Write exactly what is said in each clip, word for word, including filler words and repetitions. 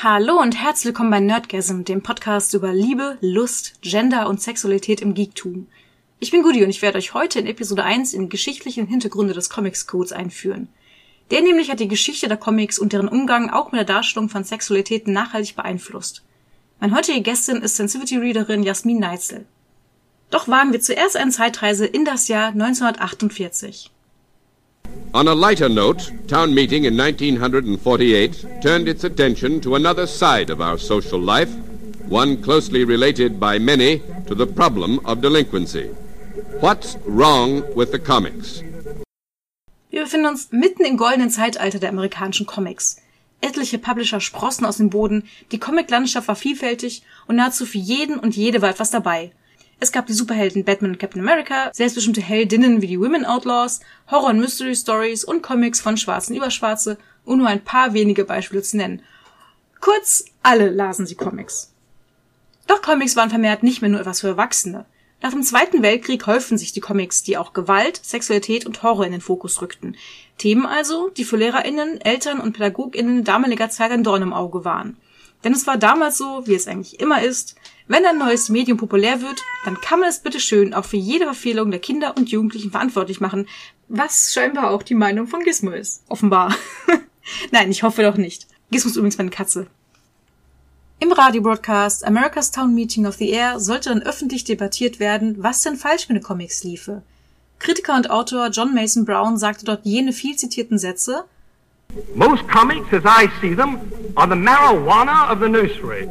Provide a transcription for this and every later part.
Hallo und herzlich willkommen bei Nerdgasm, dem Podcast über Liebe, Lust, Gender und Sexualität im Geektum. Ich bin Gudi und ich werde euch heute in Episode eins in die geschichtlichen Hintergründe des Comics-Codes einführen. Der nämlich hat die Geschichte der Comics und deren Umgang auch mit der Darstellung von Sexualität nachhaltig beeinflusst. Meine heutige Gästin ist Sensitivity-Readerin Jasmin Neitzel. Doch wagen wir zuerst eine Zeitreise in das Jahr neunzehnhundertachtundvierzig. On a lighter note, town meeting in nineteen forty-eight turned its attention to another side of our social life, one closely related by many to the problem of delinquency. What's wrong with the comics? Wir befinden uns mitten im goldenen Zeitalter der amerikanischen Comics. Etliche Publisher sprossen aus dem Boden, die Comic-Landschaft war vielfältig und nahezu für jeden und jede war etwas dabei. Es gab die Superhelden Batman und Captain America, selbstbestimmte Heldinnen wie die Women Outlaws, Horror- und Mystery-Stories und Comics von Schwarzen über Schwarze, um nur ein paar wenige Beispiele zu nennen. Kurz, alle lasen sie Comics. Doch Comics waren vermehrt nicht mehr nur etwas für Erwachsene. Nach dem Zweiten Weltkrieg häuften sich die Comics, die auch Gewalt, Sexualität und Horror in den Fokus rückten. Themen also, die für LehrerInnen, Eltern und PädagogInnen damaliger Zeit ein Dorn im Auge waren. Denn es war damals so, wie es eigentlich immer ist, wenn ein neues Medium populär wird, dann kann man es bitteschön auch für jede Verfehlung der Kinder und Jugendlichen verantwortlich machen, was scheinbar auch die Meinung von Gizmo ist. Offenbar. Nein, ich hoffe doch nicht. Gizmo ist übrigens meine Katze. Im Radiobroadcast America's Town Meeting of the Air sollte dann öffentlich debattiert werden, was denn falsch mit den Comics liefe. Kritiker und Autor John Mason Brown sagte dort jene viel zitierten Sätze: Most comics, as I see them, are the marijuana of the nursery.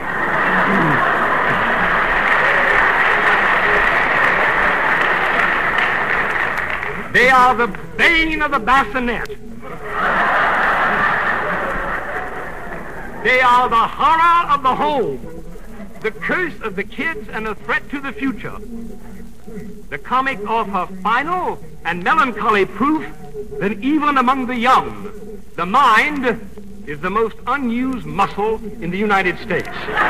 They are the bane of the bassinet. They are the horror of the home, the curse of the kids and a threat to the future. The comic offer final and melancholy proof that even among the young, the mind is the most unused muscle in the United States.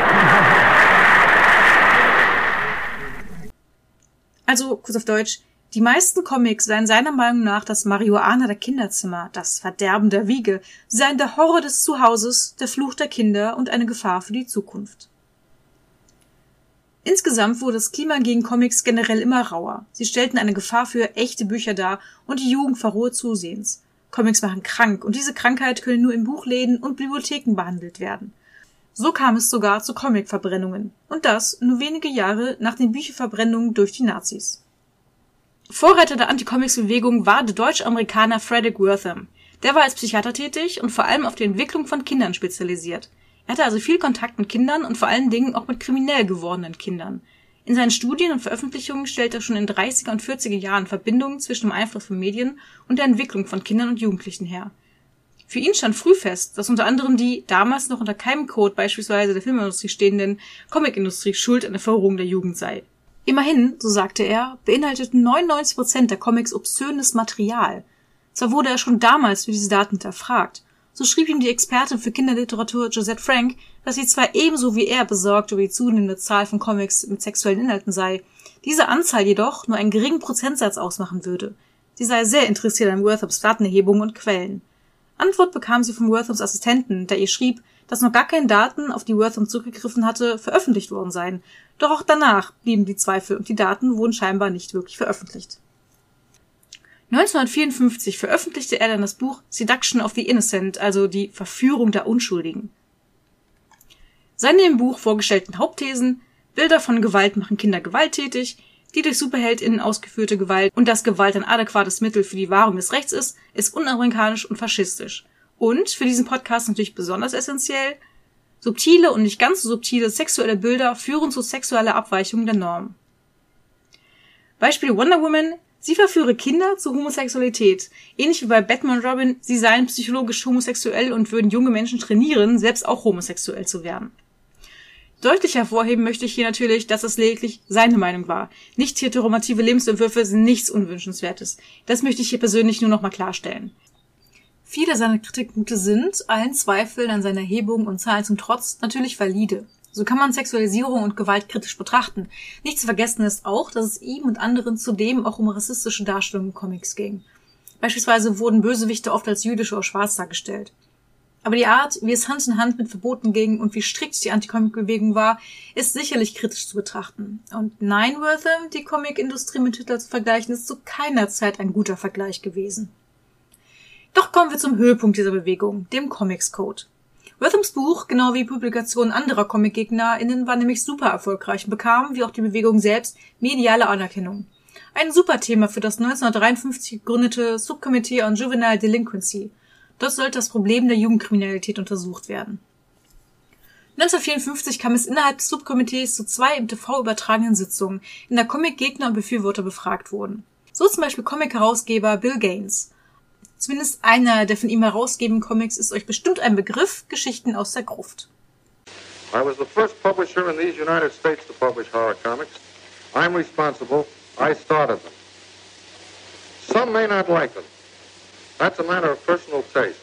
Also, kurz auf Deutsch, die meisten Comics seien seiner Meinung nach das Marihuana der Kinderzimmer, das Verderben der Wiege, sie seien der Horror des Zuhauses, der Fluch der Kinder und eine Gefahr für die Zukunft. Insgesamt wurde das Klima gegen Comics generell immer rauer. Sie stellten eine Gefahr für echte Bücher dar und die Jugend verrohe zusehends. Comics machen krank und diese Krankheit könne nur in Buchläden und Bibliotheken behandelt werden. So kam es sogar zu Comicverbrennungen. Und das nur wenige Jahre nach den Bücherverbrennungen durch die Nazis. Vorreiter der Anti-Comics-Bewegung war der Deutsch-Amerikaner Fredric Wertham. Der war als Psychiater tätig und vor allem auf die Entwicklung von Kindern spezialisiert. Er hatte also viel Kontakt mit Kindern und vor allen Dingen auch mit kriminell gewordenen Kindern. In seinen Studien und Veröffentlichungen stellt er schon in dreißiger und vierziger Jahren Verbindungen zwischen dem Einfluss von Medien und der Entwicklung von Kindern und Jugendlichen her. Für ihn stand früh fest, dass unter anderem die damals noch unter keinem Code beispielsweise der Filmindustrie stehenden Comicindustrie schuld an der Verrohung der Jugend sei. Immerhin, so sagte er, beinhalteten neunundneunzig Prozent der Comics obszönes Material. Zwar wurde er schon damals für diese Daten hinterfragt. So schrieb ihm die Expertin für Kinderliteratur Josette Frank, dass sie zwar ebenso wie er besorgt über die zunehmende Zahl von Comics mit sexuellen Inhalten sei, diese Anzahl jedoch nur einen geringen Prozentsatz ausmachen würde. Sie sei sehr interessiert an Werthams Datenerhebungen und Quellen. Antwort bekam sie von Werthams Assistenten, der ihr schrieb, dass noch gar keine Daten, auf die Wertham zurückgegriffen hatte, veröffentlicht worden seien. Doch auch danach blieben die Zweifel und die Daten wurden scheinbar nicht wirklich veröffentlicht. neunzehnhundertvierundfünfzig veröffentlichte er dann das Buch Seduction of the Innocent, also die Verführung der Unschuldigen. Seine im Buch vorgestellten Hauptthesen: Bilder von Gewalt machen Kinder gewalttätig, die durch SuperheldInnen ausgeführte Gewalt und dass Gewalt ein adäquates Mittel für die Wahrung des Rechts ist, ist unamerikanisch und faschistisch. Und, für diesen Podcast natürlich besonders essentiell, subtile und nicht ganz so subtile sexuelle Bilder führen zu sexueller Abweichung der Norm. Beispiel Wonder Woman: Sie verführe Kinder zur Homosexualität. Ähnlich wie bei Batman und Robin, sie seien psychologisch homosexuell und würden junge Menschen trainieren, selbst auch homosexuell zu werden. Deutlich hervorheben möchte ich hier natürlich, dass es lediglich seine Meinung war. Nicht heteronormative Lebensentwürfe sind nichts Unwünschenswertes. Das möchte ich hier persönlich nur noch mal klarstellen. Viele seiner Kritikpunkte sind, allen Zweifeln an seiner Erhebung und Zahlen zum Trotz, natürlich valide. So kann man Sexualisierung und Gewalt kritisch betrachten. Nicht zu vergessen ist auch, dass es ihm und anderen zudem auch um rassistische Darstellungen in Comics ging. Beispielsweise wurden Bösewichte oft als jüdisch oder schwarz dargestellt. Aber die Art, wie es Hand in Hand mit Verboten ging und wie strikt die Anti-Comic-Bewegung war, ist sicherlich kritisch zu betrachten. Und nein, Wortham, die Comic-Industrie mit Hitler zu vergleichen, ist zu keiner Zeit ein guter Vergleich gewesen. Doch kommen wir zum Höhepunkt dieser Bewegung, dem Comics Code. Worthams Buch, genau wie Publikationen anderer Comic-GegnerInnen, war nämlich super erfolgreich und bekam, wie auch die Bewegung selbst, mediale Anerkennung. Ein super Thema für das neunzehnhundertdreiundfünfzig gegründete Subcommittee on Juvenile Delinquency. Dort sollte das Problem der Jugendkriminalität untersucht werden. neunzehnhundertvierundfünfzig kam es innerhalb des Subkomitees zu zwei im T V übertragenen Sitzungen, in der Comic-Gegner und Befürworter befragt wurden. So zum Beispiel Comic-Herausgeber Bill Gaines. Zumindest einer der von ihm herausgebenden Comics ist euch bestimmt ein Begriff, Geschichten aus der Gruft. I was the first publisher in these United States to publish horror comics. I'm responsible. I started them. Some may not like them. That's a matter of personal taste.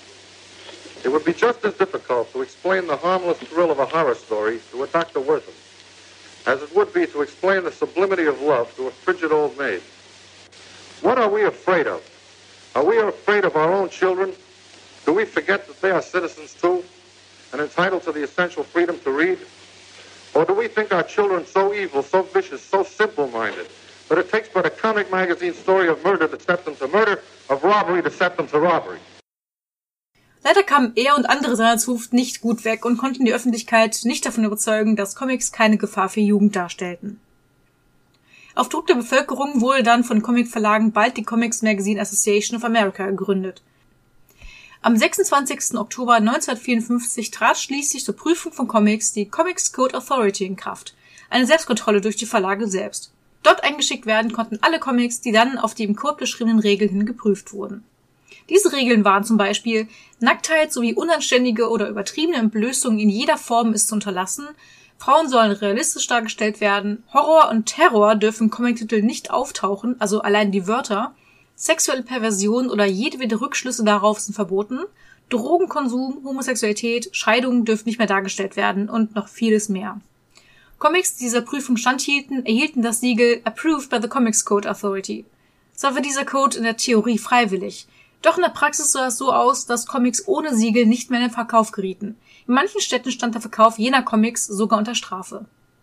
It would be just as difficult to explain the harmless thrill of a horror story to a Doctor Wortham as it would be to explain the sublimity of love to a frigid old maid. What are we afraid of? Are we afraid of our own children? Do we forget that they are citizens too and entitled to the essential freedom to read? Or do we think our children so evil, so vicious, so simple-minded that it takes but a comic magazine story of murder to set them to murder, of robbery to set them to robbery? Leider kamen er und andere seiner Zunft nicht gut weg und konnten die Öffentlichkeit nicht davon überzeugen, dass Comics keine Gefahr für Jugend darstellten. Auf Druck der Bevölkerung wurde dann von Comicverlagen bald die Comics Magazine Association of America gegründet. Am sechsundzwanzigsten Oktober neunzehnhundertvierundfünfzig trat schließlich zur Prüfung von Comics die Comics Code Authority in Kraft, eine Selbstkontrolle durch die Verlage selbst. Dort eingeschickt werden konnten alle Comics, die dann auf die im Code beschriebenen Regeln hin geprüft wurden. Diese Regeln waren zum Beispiel: Nacktheit sowie unanständige oder übertriebene Entblößungen in jeder Form ist zu unterlassen, Frauen sollen realistisch dargestellt werden, Horror und Terror dürfen im Comictitel nicht auftauchen, also allein die Wörter, sexuelle Perversion oder jedwede Rückschlüsse darauf sind verboten, Drogenkonsum, Homosexualität, Scheidungen dürfen nicht mehr dargestellt werden und noch vieles mehr. Comics, die dieser Prüfung standhielten, erhielten das Siegel Approved by the Comics Code Authority. Zwar war dieser Code in der Theorie freiwillig, doch in der Praxis sah es so aus, dass Comics ohne Siegel nicht mehr in den Verkauf gerieten. In manchen Städten stand der Verkauf jener Comics sogar unter Strafe.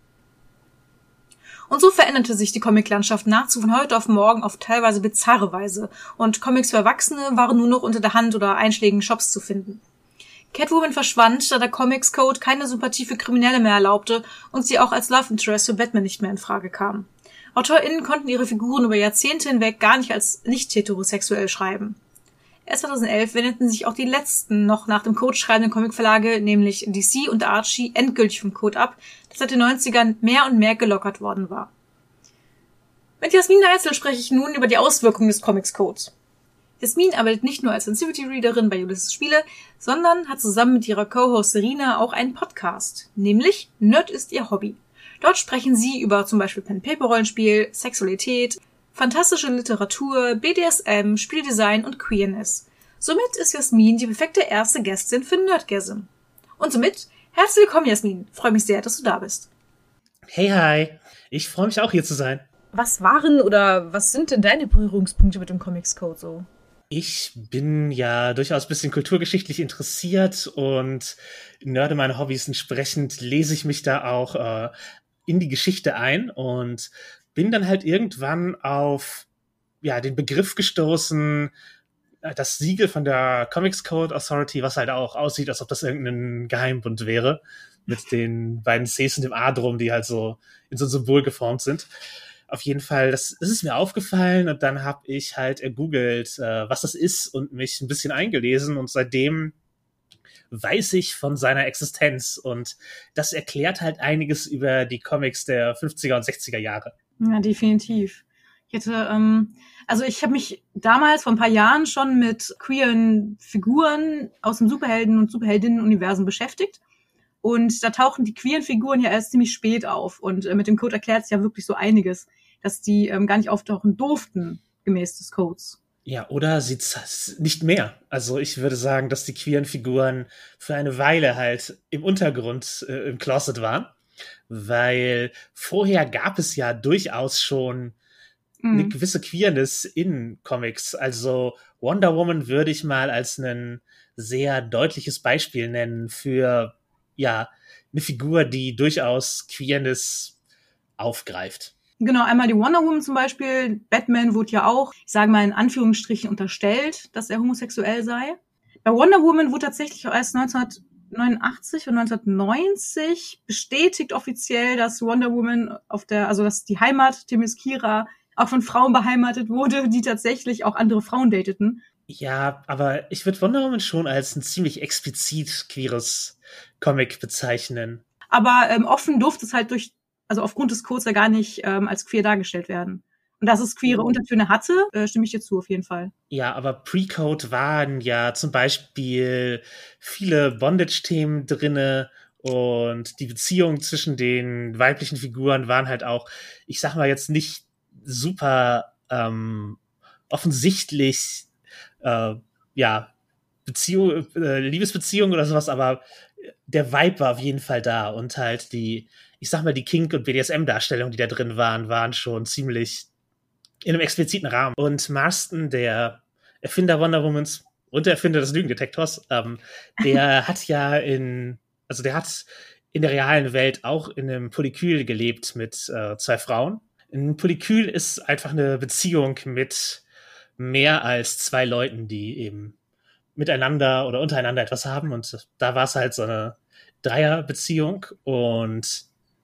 Und so veränderte sich die Comiclandschaft nahezu von heute auf morgen auf teilweise bizarre Weise und Comics für Erwachsene waren nur noch unter der Hand oder einschlägigen Shops zu finden. Catwoman verschwand, da der Comics Code keine Sympathie für Kriminelle mehr erlaubte und sie auch als Love Interest für Batman nicht mehr in Frage kam. AutorInnen konnten ihre Figuren über Jahrzehnte hinweg gar nicht als nicht heterosexuell schreiben. Erst zweitausendelf wendeten sich auch die letzten noch nach dem Code schreibenden Comicverlage, nämlich D C und Archie, endgültig vom Code ab, das seit den neunzigern mehr und mehr gelockert worden war. Mit Jasmin Neitzel spreche ich nun über die Auswirkungen des Comics Codes. Jasmin arbeitet nicht nur als Sensitivity-Readerin bei Ulysses Spiele, sondern hat zusammen mit ihrer Co-Host Serena auch einen Podcast, nämlich Nerd ist ihr Hobby. Dort sprechen sie über zum Beispiel Pen-Paper-Rollenspiel, Sexualität, fantastische Literatur, B D S M, Spieldesign und Queerness. Somit ist Jasmin die perfekte erste Gästin für Nerdgasm. Und somit, herzlich willkommen Jasmin. Freue mich sehr, dass du da bist. Hey, hi. Ich freue mich auch, hier zu sein. Was waren oder was sind denn deine Berührungspunkte mit dem Comics Code so? Ich bin ja durchaus ein bisschen kulturgeschichtlich interessiert und nerde meine Hobbys. Entsprechend lese ich mich da auch äh, in die Geschichte ein und bin dann halt irgendwann auf ja den Begriff gestoßen, das Siegel von der Comics Code Authority, was halt auch aussieht, als ob das irgendein Geheimbund wäre, mit den beiden Cs und dem A drum, die halt so in so ein Symbol geformt sind. Auf jeden Fall, das, das ist mir aufgefallen und dann habe ich halt ergoogelt, äh, was das ist und mich ein bisschen eingelesen und seitdem weiß ich von seiner Existenz und das erklärt halt einiges über die Comics der fünfziger und sechziger Jahre. Ja, definitiv. Ich hätte, ähm, also ich habe mich damals vor ein paar Jahren schon mit queeren Figuren aus dem Superhelden- und Superheldinnen-Universum beschäftigt. Und da tauchen die queeren Figuren ja erst ziemlich spät auf. Und äh, mit dem Code erklärt es ja wirklich so einiges, dass die ähm, gar nicht auftauchen durften, gemäß des Codes. Ja, oder sie z- nicht mehr. Also ich würde sagen, dass die queeren Figuren für eine Weile halt im Untergrund äh, im Closet waren. Weil vorher gab es ja durchaus schon eine mhm. gewisse Queerness in Comics. Also Wonder Woman würde ich mal als ein sehr deutliches Beispiel nennen für, ja, eine Figur, die durchaus Queerness aufgreift. Genau, einmal die Wonder Woman zum Beispiel. Batman wurde ja auch, ich sage mal in Anführungsstrichen, unterstellt, dass er homosexuell sei. Bei Wonder Woman wurde tatsächlich auch erst neunzehnhundertneunundachtzig und neunzehnhundertneunzig bestätigt offiziell, dass Wonder Woman auf der, also dass die Heimat Themyscira auch von Frauen beheimatet wurde, die tatsächlich auch andere Frauen dateten. Ja, aber ich würde Wonder Woman schon als ein ziemlich explizit queeres Comic bezeichnen. Aber ähm, offen durfte es halt durch, also aufgrund des Codes ja gar nicht ähm, als queer dargestellt werden. Und dass es queere Untertöne hatte, äh, stimme ich dir zu, auf jeden Fall. Ja, aber Pre-Code waren ja zum Beispiel viele Bondage-Themen drinne und die Beziehungen zwischen den weiblichen Figuren waren halt auch, ich sag mal jetzt nicht super ähm, offensichtlich, äh, ja, Beziehung, äh, Liebesbeziehung oder sowas, aber der Vibe war auf jeden Fall da und halt die, ich sag mal, die Kink- und B D S M-Darstellungen, die da drin waren, waren schon ziemlich in einem expliziten Rahmen. Und Marston, der Erfinder Wonder Womans und der Erfinder des Lügendetektors, ähm, der hat ja in, also der hat in der realen Welt auch in einem Polykül gelebt mit äh, zwei Frauen. Ein Polykül ist einfach eine Beziehung mit mehr als zwei Leuten, die eben miteinander oder untereinander etwas haben. Und da war es halt so eine Dreierbeziehung. Und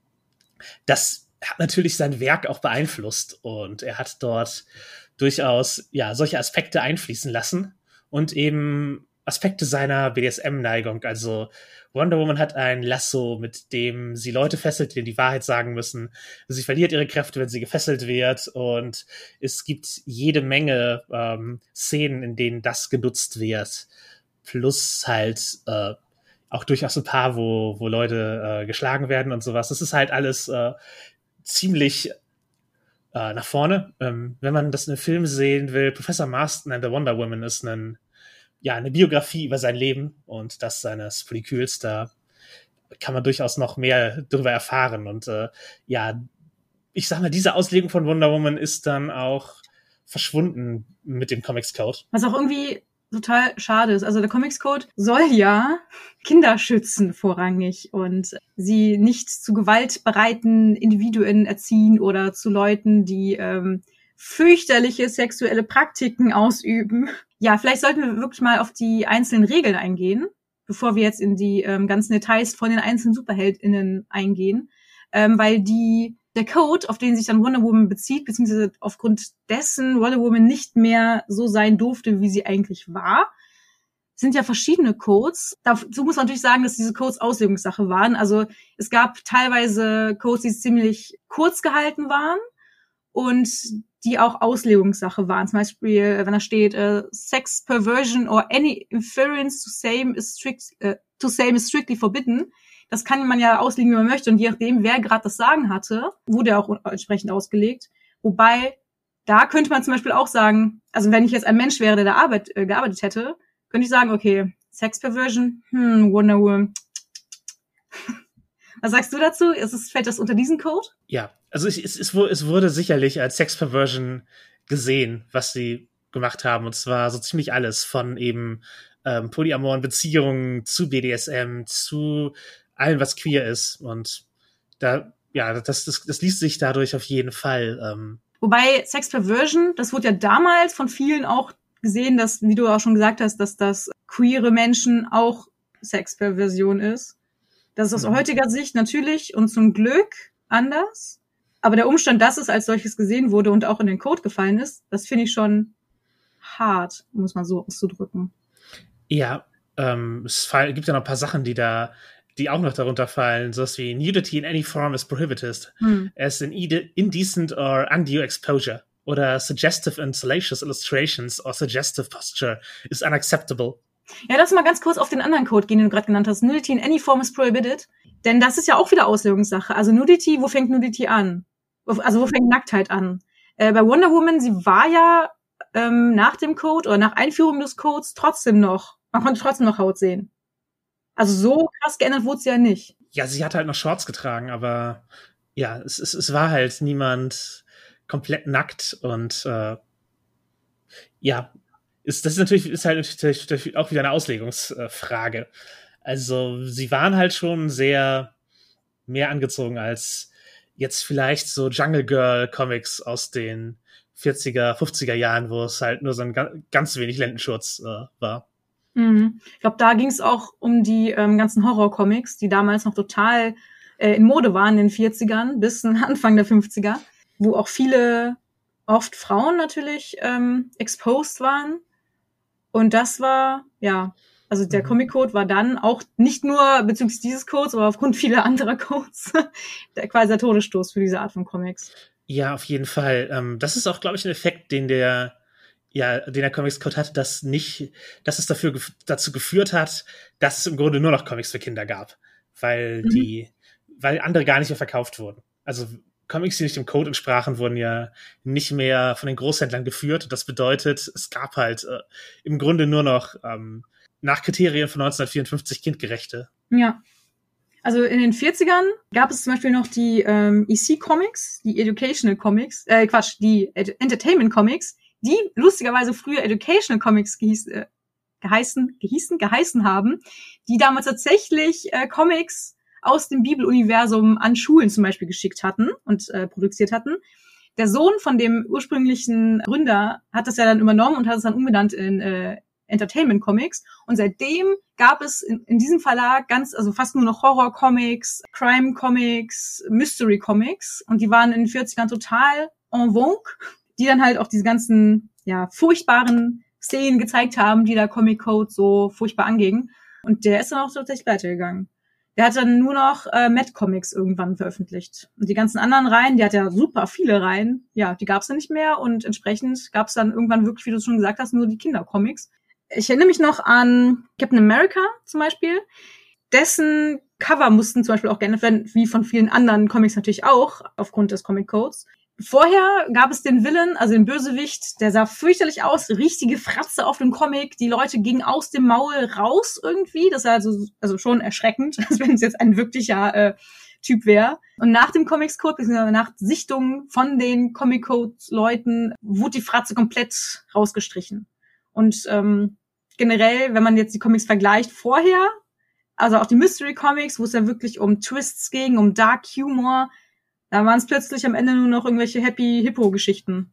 das hat natürlich sein Werk auch beeinflusst. Und er hat dort durchaus ja solche Aspekte einfließen lassen und eben Aspekte seiner B D S M-Neigung. Also Wonder Woman hat ein Lasso, mit dem sie Leute fesselt, denen die Wahrheit sagen müssen. Sie verliert ihre Kräfte, wenn sie gefesselt wird. Und es gibt jede Menge ähm, Szenen, in denen das genutzt wird. Plus halt äh, auch durchaus ein paar, wo, wo Leute äh, geschlagen werden und sowas. Das ist halt alles äh, ziemlich äh, nach vorne. Ähm, wenn man das in einem Film sehen will, Professor Marston and the Wonder Woman ist ein ja, eine Biografie über sein Leben und das seines Polyküls, da kann man durchaus noch mehr darüber erfahren. Und äh, ja, ich sag mal, diese Auslegung von Wonder Woman ist dann auch verschwunden mit dem Comics Code. Was auch irgendwie total schade ist. Also der Comics Code soll ja Kinder schützen vorrangig und sie nicht zu gewaltbereiten Individuen erziehen oder zu Leuten, die ähm, fürchterliche sexuelle Praktiken ausüben. Ja, vielleicht sollten wir wirklich mal auf die einzelnen Regeln eingehen, bevor wir jetzt in die ähm, ganzen Details von den einzelnen SuperheldInnen eingehen, ähm, weil die der Code, auf den sich dann Wonder Woman bezieht, beziehungsweise aufgrund dessen Wonder Woman nicht mehr so sein durfte, wie sie eigentlich war, sind ja verschiedene Codes. Dazu muss man natürlich sagen, dass diese Codes Auslegungssache waren. Also es gab teilweise Codes, die ziemlich kurz gehalten waren und die auch Auslegungssache waren. Zum Beispiel, wenn da steht, uh, Sex, Perversion or any inference to same is strict, uh, to same is strictly forbidden. Das kann man ja auslegen, wie man möchte. Und je nachdem, wer gerade das Sagen hatte, wurde auch entsprechend ausgelegt. Wobei, da könnte man zum Beispiel auch sagen, also wenn ich jetzt ein Mensch wäre, der da arbeit, äh, gearbeitet hätte, könnte ich sagen, okay, Sex, Perversion, hm, Wonder Woman. Was sagst du dazu? Ist es, fällt das unter diesen Code? Ja, also es, es, es wurde sicherlich als Sex-Perversion gesehen, was sie gemacht haben. Und zwar so ziemlich alles von eben ähm, polyamoren Beziehungen zu B D S M, zu allem, was queer ist. Und da, ja, das, das, das liest sich dadurch auf jeden Fall. Ähm. Wobei Sex-Perversion, das wurde ja damals von vielen auch gesehen, dass, wie du auch schon gesagt hast, dass das queere Menschen auch Sex-Perversion ist. Das ist aus mhm. heutiger Sicht natürlich und zum Glück anders. Aber der Umstand, dass es als solches gesehen wurde und auch in den Code gefallen ist, das finde ich schon hart, muss man so auszudrücken. Ja, ähm, es fall, gibt ja noch ein paar Sachen, die da, die auch noch darunter fallen, sowas wie Nudity in any form is prohibited, hm. as in indecent or undue exposure oder suggestive and salacious illustrations or suggestive posture is unacceptable. Ja, lass mal ganz kurz auf den anderen Code gehen, den du gerade genannt hast. Nudity in any form is prohibited. Denn das ist ja auch wieder Auslegungssache. Also Nudity, wo fängt Nudity an? Also wo fängt Nacktheit an? Äh, bei Wonder Woman, sie war ja ähm, nach dem Code oder nach Einführung des Codes trotzdem noch, man konnte trotzdem noch Haut sehen. Also so krass geändert wurde sie ja nicht. Ja, sie hat halt noch Shorts getragen, aber ja, es, es, es war halt niemand komplett nackt und äh, ja, ist das ist natürlich ist halt natürlich auch wieder eine Auslegungsfrage. Also sie waren halt schon sehr mehr angezogen als jetzt vielleicht so Jungle Girl Comics aus den vierziger, fünfziger Jahren, wo es halt nur so ein ganz, ganz wenig Lendenschurz äh, war. Mhm. Ich glaube, da ging es auch um die ähm, ganzen Horror-Comics, die damals noch total äh, in Mode waren in den vierzigern bis Anfang der fünfziger, wo auch viele, oft Frauen natürlich, ähm, exposed waren. Und das war, ja, also der mhm. Comic-Code war dann auch nicht nur bezüglich dieses Codes, aber aufgrund vieler anderer Codes der quasi der Todesstoß für diese Art von Comics. Ja, auf jeden Fall. Ähm, das ist auch, glaube ich, ein Effekt, den der, ja, den der Comics Code hatte, dass nicht, dass es dafür dazu geführt hat, dass es im Grunde nur noch Comics für Kinder gab, weil mhm. die, weil andere gar nicht mehr verkauft wurden. Also Comics, die nicht dem Code entsprachen, wurden ja nicht mehr von den Großhändlern geführt. Das bedeutet, es gab halt äh, im Grunde nur noch ähm, nach Kriterien von neunzehnhundertvierundfünfzig kindgerechte. Ja. Also in den vierzigern gab es zum Beispiel noch die ähm, E C-Comics, die Educational Comics, äh, Quatsch, die Ed- Entertainment Comics, die lustigerweise früher Educational Comics gehieß, äh, geheißen, gehießen, geheißen haben, die damals tatsächlich äh, Comics aus dem Bibeluniversum an Schulen zum Beispiel geschickt hatten und äh, produziert hatten. Der Sohn von dem ursprünglichen Gründer hat das ja dann übernommen und hat es dann umbenannt in äh, Entertainment Comics. Und seitdem gab es in, in diesem Verlag ganz, also fast nur noch Horror-Comics, Crime-Comics, Mystery-Comics. Und die waren in den vierzigern total en vogue, die dann halt auch diese ganzen, ja, furchtbaren Szenen gezeigt haben, die der Comic-Code so furchtbar angingen. Und der ist dann auch tatsächlich pleite gegangen. Der hat dann nur noch äh, Mad Comics irgendwann veröffentlicht. Und die ganzen anderen Reihen, die hat ja super viele Reihen, ja, die gab's dann nicht mehr. Und entsprechend gab's dann irgendwann wirklich, wie du schon gesagt hast, nur die Kindercomics. Ich erinnere mich noch an Captain America zum Beispiel. Dessen Cover mussten zum Beispiel auch geändert werden, wie von vielen anderen Comics natürlich auch, aufgrund des Comic-Codes. Vorher gab es den Villain, also den Bösewicht, der sah fürchterlich aus, richtige Fratze auf dem Comic, die Leute gingen aus dem Maul raus irgendwie, das war also, also schon erschreckend, als wenn es jetzt ein wirklicher äh, Typ wäre. Und nach dem Comics-Code, beziehungsweise nach Sichtung von den Comic-Code-Leuten, wurde die Fratze komplett rausgestrichen. Und ähm, generell, wenn man jetzt die Comics vergleicht vorher, also auch die Mystery-Comics, wo es ja wirklich um Twists ging, um Dark Humor, da waren es plötzlich am Ende nur noch irgendwelche Happy-Hippo-Geschichten.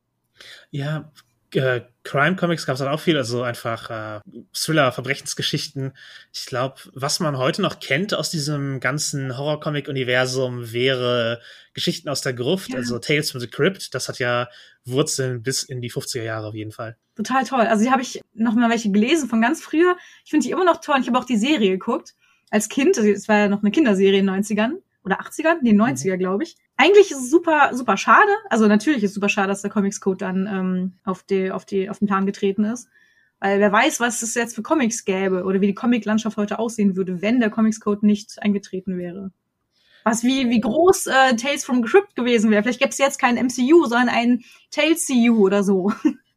Ja, äh, Crime-Comics gab es dann auch viel, also einfach äh, Thriller, Verbrechensgeschichten. Ich glaube, was man heute noch kennt aus diesem ganzen Horror-Comic-Universum, wäre Geschichten aus der Gruft, ja. Also Tales from the Crypt. Das hat ja Wurzeln bis in die fünfziger Jahre auf jeden Fall. Total toll. Also die habe ich noch mal welche gelesen von ganz früher. Ich finde die immer noch toll. Ich habe auch die Serie geguckt. Als Kind, also es war ja noch eine Kinderserie in den neunzigern. Oder achtzigern? Nee, neunziger, glaube ich. Eigentlich ist es super, super schade. Also natürlich ist es super schade, dass der Comics Code dann ähm, auf die, auf die, auf den Plan getreten ist. Weil wer weiß, was es jetzt für Comics gäbe oder wie die Comic-Landschaft heute aussehen würde, wenn der Comics Code nicht eingetreten wäre. Was wie, wie groß äh, Tales from the Crypt gewesen wäre. Vielleicht gäbe es jetzt kein M C U, sondern ein Tales C U oder so.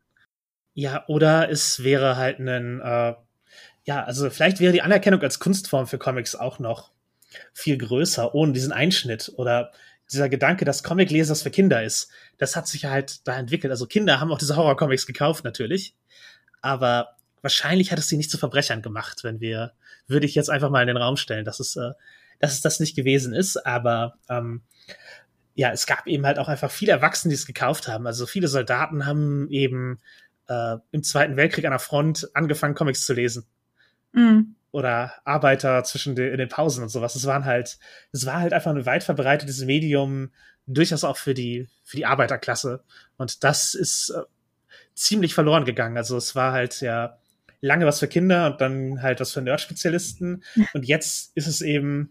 Ja, oder es wäre halt ein, äh, ja, also vielleicht wäre die Anerkennung als Kunstform für Comics auch noch viel größer, ohne diesen Einschnitt oder dieser Gedanke, dass Comiclesen das für Kinder ist. Das hat sich halt da entwickelt. Also Kinder haben auch diese Horror-Comics gekauft, natürlich. Aber wahrscheinlich hat es sie nicht zu Verbrechern gemacht, wenn wir, würde ich jetzt einfach mal in den Raum stellen, dass es, äh, dass es das nicht gewesen ist. Aber ähm, ja, es gab eben halt auch einfach viele Erwachsene, die es gekauft haben. Also viele Soldaten haben eben äh, im Zweiten Weltkrieg an der Front angefangen, Comics zu lesen. Mhm. Oder Arbeiter zwischen den, in den Pausen und sowas. Es waren halt, es war halt einfach ein weit verbreitetes Medium, durchaus auch für die, für die Arbeiterklasse. Und das ist äh, ziemlich verloren gegangen. Also es war halt ja lange was für Kinder und dann halt was für Nerd-Spezialisten. Und jetzt ist es eben,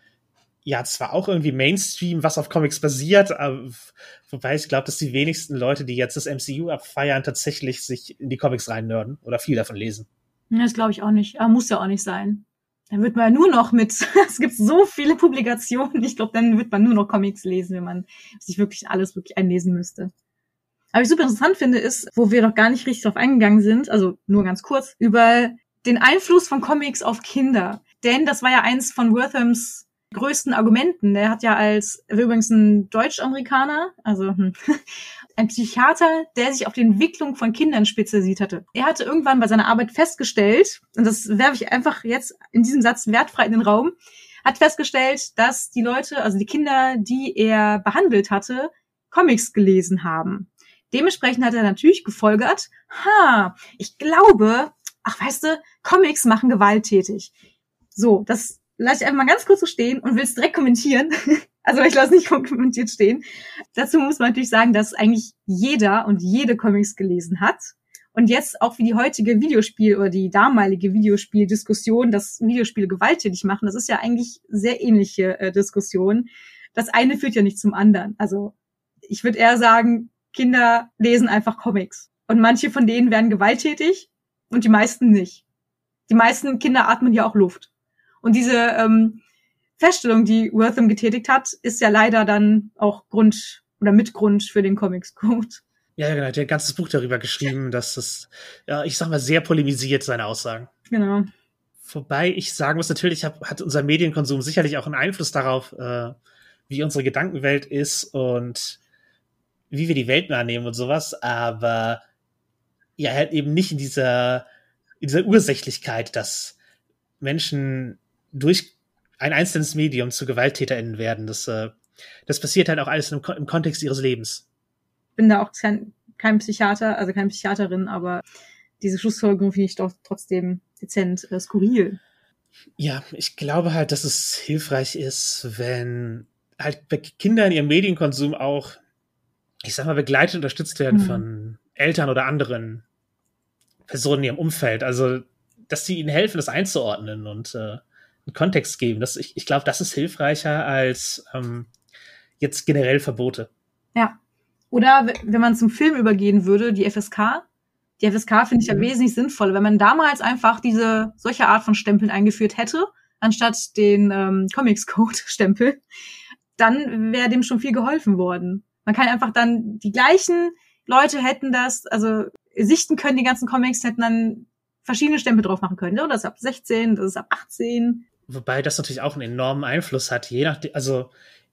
ja, zwar auch irgendwie Mainstream, was auf Comics basiert, aber, wobei ich glaube, dass die wenigsten Leute, die jetzt das M C U abfeiern, tatsächlich sich in die Comics reinnörden oder viel davon lesen. Das glaube ich auch nicht. Aber muss ja auch nicht sein. Dann wird man ja nur noch mit, es gibt so viele Publikationen, ich glaube, dann wird man nur noch Comics lesen, wenn man sich wirklich alles wirklich einlesen müsste. Aber was ich super interessant finde, ist, wo wir noch gar nicht richtig drauf eingegangen sind, also nur ganz kurz, über den Einfluss von Comics auf Kinder. Denn das war ja eins von Werthams größten Argumenten. Der hat ja als, er war übrigens ein Deutsch-Amerikaner, also hm, ein Psychiater, der sich auf die Entwicklung von Kindern spezialisiert hatte. Er hatte irgendwann bei seiner Arbeit festgestellt, und das werfe ich einfach jetzt in diesem Satz wertfrei in den Raum, hat festgestellt, dass die Leute, also die Kinder, die er behandelt hatte, Comics gelesen haben. Dementsprechend hat er natürlich gefolgert, ha, ich glaube, ach weißt du, Comics machen gewalttätig. So, das lasse ich einfach mal ganz kurz so stehen und will es direkt kommentieren. Also ich lasse nicht kommentiert stehen. Dazu muss man natürlich sagen, dass eigentlich jeder und jede Comics gelesen hat. Und jetzt auch wie die heutige Videospiel- oder die damalige Videospieldiskussion, dass Videospiele gewalttätig machen, das ist ja eigentlich sehr ähnliche äh, Diskussion. Das eine führt ja nicht zum anderen. Also ich würde eher sagen, Kinder lesen einfach Comics. Und manche von denen werden gewalttätig und die meisten nicht. Die meisten Kinder atmen ja auch Luft. Und diese ähm, Feststellung, die Wertham getätigt hat, ist ja leider dann auch Grund oder Mitgrund für den Comics Code. Ja, genau, der hat ein ganzes Buch darüber geschrieben, dass das, ja, ich sag mal, sehr polemisiert, seine Aussagen. Genau. Wobei ich sagen muss, natürlich hat, hat unser Medienkonsum sicherlich auch einen Einfluss darauf, äh, wie unsere Gedankenwelt ist und wie wir die Welt wahrnehmen und sowas, aber ja, halt eben nicht in dieser, in dieser Ursächlichkeit, dass Menschen durch ein einzelnes Medium zu GewalttäterInnen werden. Das, äh, das passiert halt auch alles im, im Kontext ihres Lebens. Bin da auch kein, kein Psychiater, also keine Psychiaterin, aber diese Schlussfolgerung finde ich doch trotzdem dezent äh, skurril. Ja, ich glaube halt, dass es hilfreich ist, wenn halt Kinder in ihrem Medienkonsum auch, ich sag mal, begleitet und unterstützt werden mhm. von Eltern oder anderen Personen in ihrem Umfeld. Also, dass sie ihnen helfen, das einzuordnen und äh, einen Kontext geben. Das, ich ich glaube, das ist hilfreicher als ähm, jetzt generell Verbote. Ja. Oder wenn man zum Film übergehen würde, die F S K. Die F S K finde ich ja mhm. wesentlich sinnvoller. Wenn man damals einfach diese solche Art von Stempeln eingeführt hätte, anstatt den ähm, Comics-Code-Stempel, dann wäre dem schon viel geholfen worden. Man kann einfach dann, die gleichen Leute hätten das, also sichten können, die ganzen Comics, hätten dann verschiedene Stempel drauf machen können. Ja, das ist ab sechzehn, das ist ab achtzehn. Wobei das natürlich auch einen enormen Einfluss hat, je nachdem, also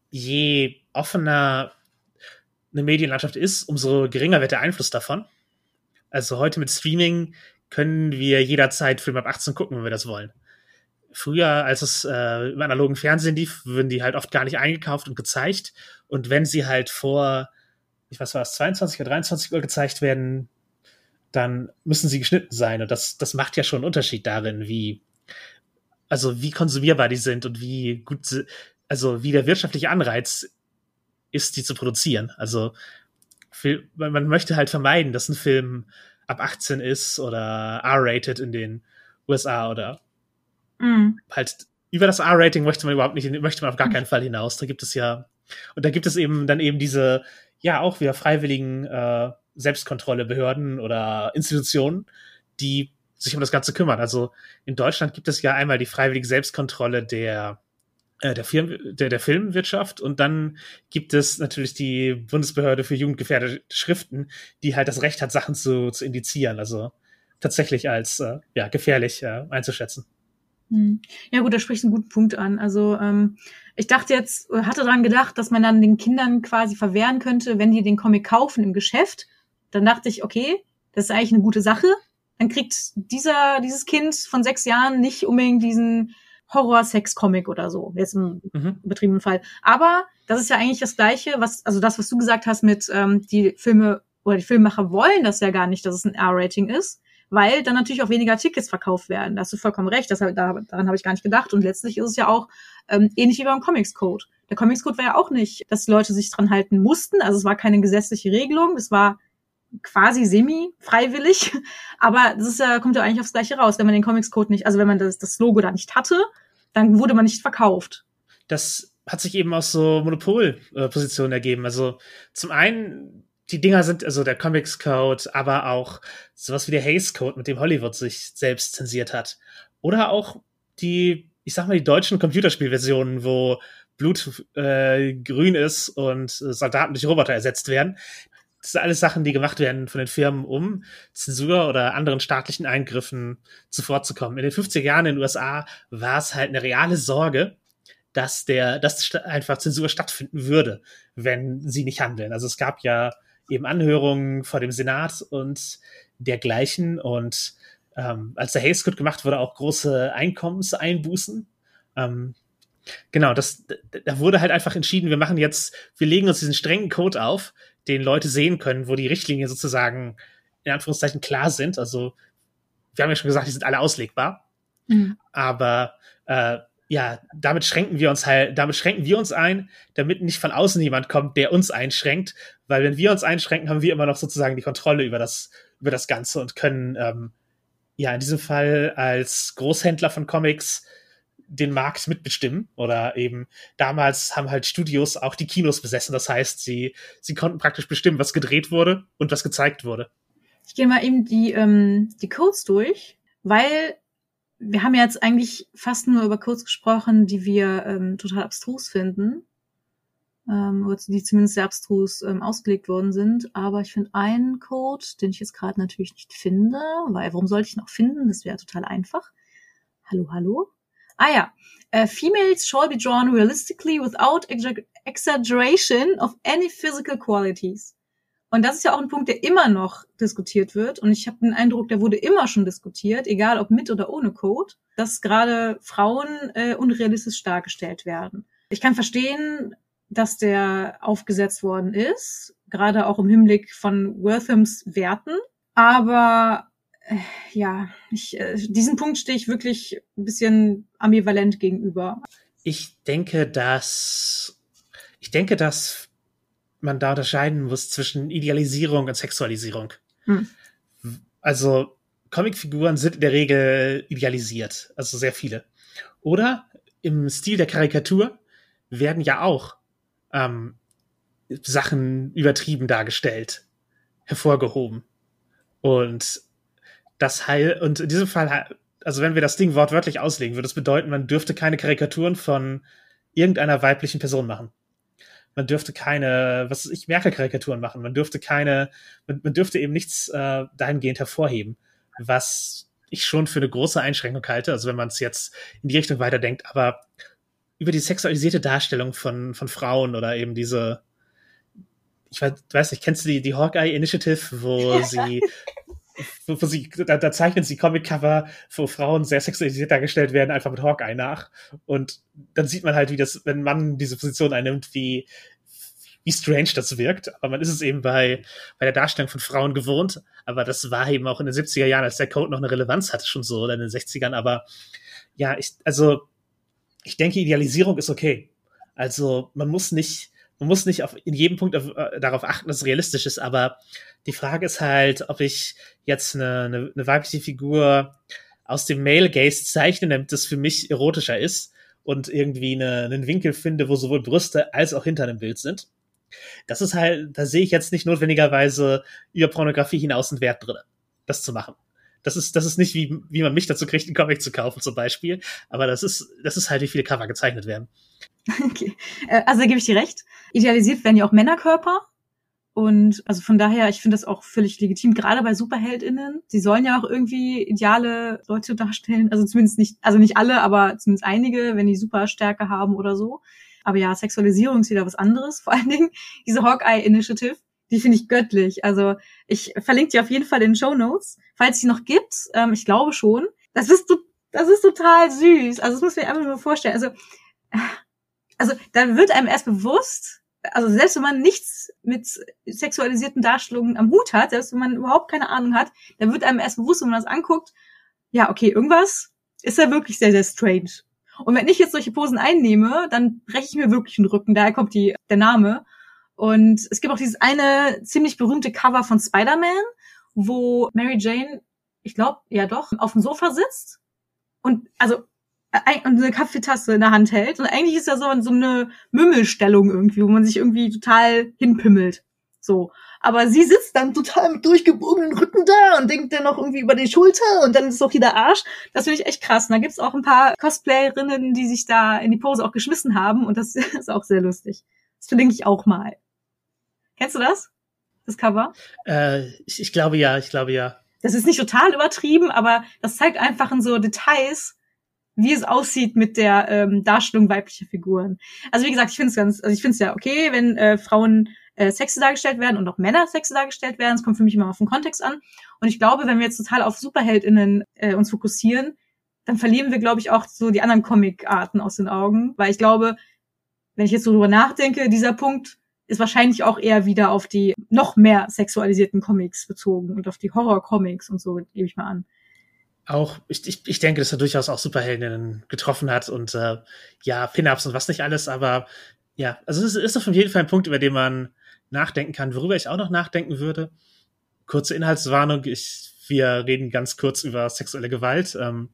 je offener eine Medienlandschaft ist, umso geringer wird der Einfluss davon. Also heute mit Streaming können wir jederzeit Filme ab achtzehn gucken, wenn wir das wollen. Früher, als es äh, im analogen Fernsehen lief, würden die halt oft gar nicht eingekauft und gezeigt. Und wenn sie halt vor, ich weiß was, zweiundzwanzig oder dreiundzwanzig Uhr gezeigt werden, dann müssen sie geschnitten sein. Und das, das macht ja schon einen Unterschied darin, wie, also wie konsumierbar die sind und wie gut, sie, also wie der wirtschaftliche Anreiz ist, die zu produzieren. Also man möchte halt vermeiden, dass ein Film ab achtzehn ist oder R-rated in den U S A oder mhm. halt über das R-Rating möchte man überhaupt nicht, möchte man auf gar keinen Fall hinaus. Da gibt es ja, und da gibt es eben dann eben diese, ja, auch wieder freiwilligen äh, Selbstkontrollebehörden oder Institutionen, die sich um das Ganze kümmern. Also in Deutschland gibt es ja einmal die freiwillige Selbstkontrolle der äh, der, Firmen, der, der Filmwirtschaft und dann gibt es natürlich die Bundesbehörde für jugendgefährdete Schriften, die halt das Recht hat, Sachen zu, zu indizieren, also tatsächlich als äh, ja, gefährlich äh, einzuschätzen. Ja gut, da sprichst du einen guten Punkt an. Also ähm, ich dachte jetzt, hatte daran gedacht, dass man dann den Kindern quasi verwehren könnte, wenn die den Comic kaufen im Geschäft. Dann dachte ich, okay, das ist eigentlich eine gute Sache. Dann kriegt dieser dieses Kind von sechs Jahren nicht unbedingt diesen Horror-Sex-Comic oder so, jetzt im mhm. übertriebenen Fall. Aber das ist ja eigentlich das Gleiche, was also das, was du gesagt hast mit ähm, die Filme oder die Filmemacher wollen das ja gar nicht, dass es ein R-Rating ist, weil dann natürlich auch weniger Tickets verkauft werden. Da hast du vollkommen recht, das, da, daran habe ich gar nicht gedacht. Und letztlich ist es ja auch ähm, ähnlich wie beim Comics Code. Der Comics Code war ja auch nicht, dass die Leute sich dran halten mussten. Also es war keine gesetzliche Regelung, es war quasi semi-freiwillig. Aber das ist ja, kommt ja eigentlich aufs Gleiche raus, wenn man den Comics Code nicht, also wenn man das, das Logo da nicht hatte, dann wurde man nicht verkauft. Das hat sich eben aus so Monopolpositionen ergeben. Also zum einen, die Dinger sind, also der Comics Code, aber auch sowas wie der Hays Code, mit dem Hollywood sich selbst zensiert hat. Oder auch die, ich sag mal, die deutschen Computerspielversionen, wo Blut äh, grün ist und äh, Soldaten durch Roboter ersetzt werden. Das sind alles Sachen, die gemacht werden von den Firmen, um Zensur oder anderen staatlichen Eingriffen zuvorzukommen. In den fünfziger Jahren in den U S A war es halt eine reale Sorge, dass der, dass einfach Zensur stattfinden würde, wenn sie nicht handeln. Also es gab ja eben Anhörungen vor dem Senat und dergleichen und ähm, als der Hays Code gemacht wurde, auch große Einkommenseinbußen. Ähm, genau, das, da wurde halt einfach entschieden, wir machen jetzt, wir legen uns diesen strengen Code auf, den Leute sehen können, wo die Richtlinien sozusagen in Anführungszeichen klar sind. Also wir haben ja schon gesagt, die sind alle auslegbar. Mhm. Aber äh, ja, damit schränken wir uns halt, damit schränken wir uns ein, damit nicht von außen jemand kommt, der uns einschränkt. Weil wenn wir uns einschränken, haben wir immer noch sozusagen die Kontrolle über das, über das Ganze und können ähm, ja in diesem Fall als Großhändler von Comics den Markt mitbestimmen. Oder eben damals haben halt Studios auch die Kinos besessen. Das heißt, sie, sie konnten praktisch bestimmen, was gedreht wurde und was gezeigt wurde. Ich gehe mal eben die, ähm, die Codes durch, weil wir haben ja jetzt eigentlich fast nur über Codes gesprochen, die wir ähm, total abstrus finden. Ähm, oder die zumindest sehr abstrus ähm, ausgelegt worden sind. Aber ich finde einen Code, den ich jetzt gerade natürlich nicht finde, weil warum sollte ich ihn auch finden? Das wäre total einfach. Hallo, hallo? Ah ja. Uh, females shall be drawn realistically without exa- exaggeration of any physical qualities. Und das ist ja auch ein Punkt, der immer noch diskutiert wird. Und ich habe den Eindruck, der wurde immer schon diskutiert, egal ob mit oder ohne Code, dass gerade Frauen äh, unrealistisch dargestellt werden. Ich kann verstehen, dass der aufgesetzt worden ist, gerade auch im Hinblick von Werthams Werten. Aber äh, ja, ich, äh, diesen Punkt stehe ich wirklich ein bisschen ambivalent gegenüber. Ich denke, dass ich denke, dass man da unterscheiden muss zwischen Idealisierung und Sexualisierung. Hm. Also Comicfiguren sind in der Regel idealisiert, also sehr viele. Oder im Stil der Karikatur werden ja auch ähm, Sachen übertrieben dargestellt, hervorgehoben. Und das heil und in diesem Fall, also wenn wir das Ding wortwörtlich auslegen, würde es bedeuten, man dürfte keine Karikaturen von irgendeiner weiblichen Person machen. Man dürfte keine, was weiß ich, Merkel-Karikaturen machen. Man dürfte keine, man, man dürfte eben nichts äh, dahingehend hervorheben, was ich schon für eine große Einschränkung halte. Also wenn man es jetzt in die Richtung weiterdenkt, aber über die sexualisierte Darstellung von von Frauen oder eben diese, ich weiß, weiß nicht, kennst du die die Hawkeye Initiative, wo sie Wo, wo sie, da, da zeichnen sie Comic-Cover, wo Frauen sehr sexualisiert dargestellt werden, einfach mit Hawkeye nach. Und dann sieht man halt, wie das, wenn man diese Position einnimmt, wie, wie strange das wirkt. Aber man ist es eben bei, bei der Darstellung von Frauen gewohnt. Aber das war eben auch in den siebziger Jahren, als der Code noch eine Relevanz hatte, schon so, oder in den sechzigern. Aber ja, ich, also, ich denke, Idealisierung ist okay. Also, man muss nicht, man muss nicht auf, in jedem Punkt auf, äh, darauf achten, dass es realistisch ist, aber die Frage ist halt, ob ich jetzt eine, eine, eine weibliche Figur aus dem Male Gaze zeichne, damit das für mich erotischer ist und irgendwie eine, einen Winkel finde, wo sowohl Brüste als auch Hintern im Bild sind. Das ist halt, da sehe ich jetzt nicht notwendigerweise über Pornografie hinaus einen Wert drin, das zu machen. Das ist, das ist nicht, wie, wie man mich dazu kriegt, einen Comic zu kaufen zum Beispiel, aber das ist, das ist halt, wie viele Cover gezeichnet werden. Okay, also da gebe ich dir recht. Idealisiert werden ja auch Männerkörper. Und also von daher, ich finde das auch völlig legitim, gerade bei SuperheldInnen. Sie sollen ja auch irgendwie ideale Leute darstellen, also zumindest nicht, also nicht alle, aber zumindest einige, wenn die Superstärke haben oder so. Aber ja, Sexualisierung ist wieder was anderes. Vor allen Dingen diese Hawkeye Initiative, die finde ich göttlich. Also ich verlinke die auf jeden Fall in den Shownotes, falls es die noch gibt. Ähm, ich glaube schon. Das ist, das ist total süß. Also das muss man sich einfach nur vorstellen. Also, also da wird einem erst bewusst, also selbst wenn man nichts mit sexualisierten Darstellungen am Hut hat, selbst wenn man überhaupt keine Ahnung hat, dann wird einem erst bewusst, wenn man das anguckt, ja, okay, irgendwas ist ja wirklich sehr, sehr strange. Und wenn ich jetzt solche Posen einnehme, dann breche ich mir wirklich den Rücken, daher kommt die, der Name. Und es gibt auch dieses eine ziemlich berühmte Cover von Spider-Man, wo Mary Jane, ich glaube, ja doch, auf dem Sofa sitzt und also und eine Kaffeetasse in der Hand hält. Und eigentlich ist ja so, so eine Mümmelstellung irgendwie, wo man sich irgendwie total hinpimmelt. So. Aber sie sitzt dann total mit durchgebogenen Rücken da und denkt dann noch irgendwie über die Schulter und dann ist auch hier der Arsch. Das finde ich echt krass. Und da gibt's auch ein paar Cosplayerinnen, die sich da in die Pose auch geschmissen haben und das ist auch sehr lustig. Das verlinke ich auch mal. Kennst du das? Das Cover? Äh, ich, ich glaube ja, ich glaube ja. Das ist nicht total übertrieben, aber das zeigt einfach in so Details, wie es aussieht mit der ähm, Darstellung weiblicher Figuren. Also wie gesagt, ich finde es ganz, also ich finde es ja okay, wenn äh, Frauen äh, sexy dargestellt werden und auch Männer sexy dargestellt werden. Es kommt für mich immer auf den Kontext an. Und ich glaube, wenn wir jetzt total auf SuperheldInnen äh, uns fokussieren, dann verlieren wir, glaube ich, auch so die anderen Comic-Arten aus den Augen. Weil ich glaube, wenn ich jetzt so drüber nachdenke, dieser Punkt ist wahrscheinlich auch eher wieder auf die noch mehr sexualisierten Comics bezogen und auf die Horror-Comics und so, gebe ich mal an. Auch, ich, ich, ich denke, dass er durchaus auch Superheldinnen getroffen hat und äh, ja, Pin-Ups und was nicht alles, aber ja, also es ist auf jeden Fall ein Punkt, über den man nachdenken kann. Worüber ich auch noch nachdenken würde, kurze Inhaltswarnung, ich, wir reden ganz kurz über sexuelle Gewalt. Ähm,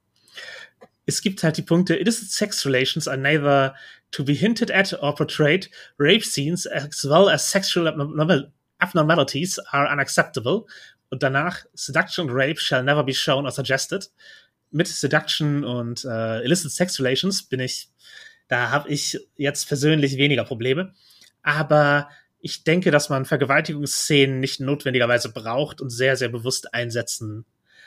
es gibt halt die Punkte, illicit sex relations are neither to be hinted at or portrayed. Rape scenes as well as sexual abnormal- abnormalities are unacceptable. Und danach, Seduction and Rape shall never be shown or suggested. Mit Seduction und äh, illicit sex relations bin ich, da habe ich jetzt persönlich weniger Probleme. Aber ich denke, dass man Vergewaltigungsszenen nicht notwendigerweise braucht und sehr, sehr bewusst einsetzen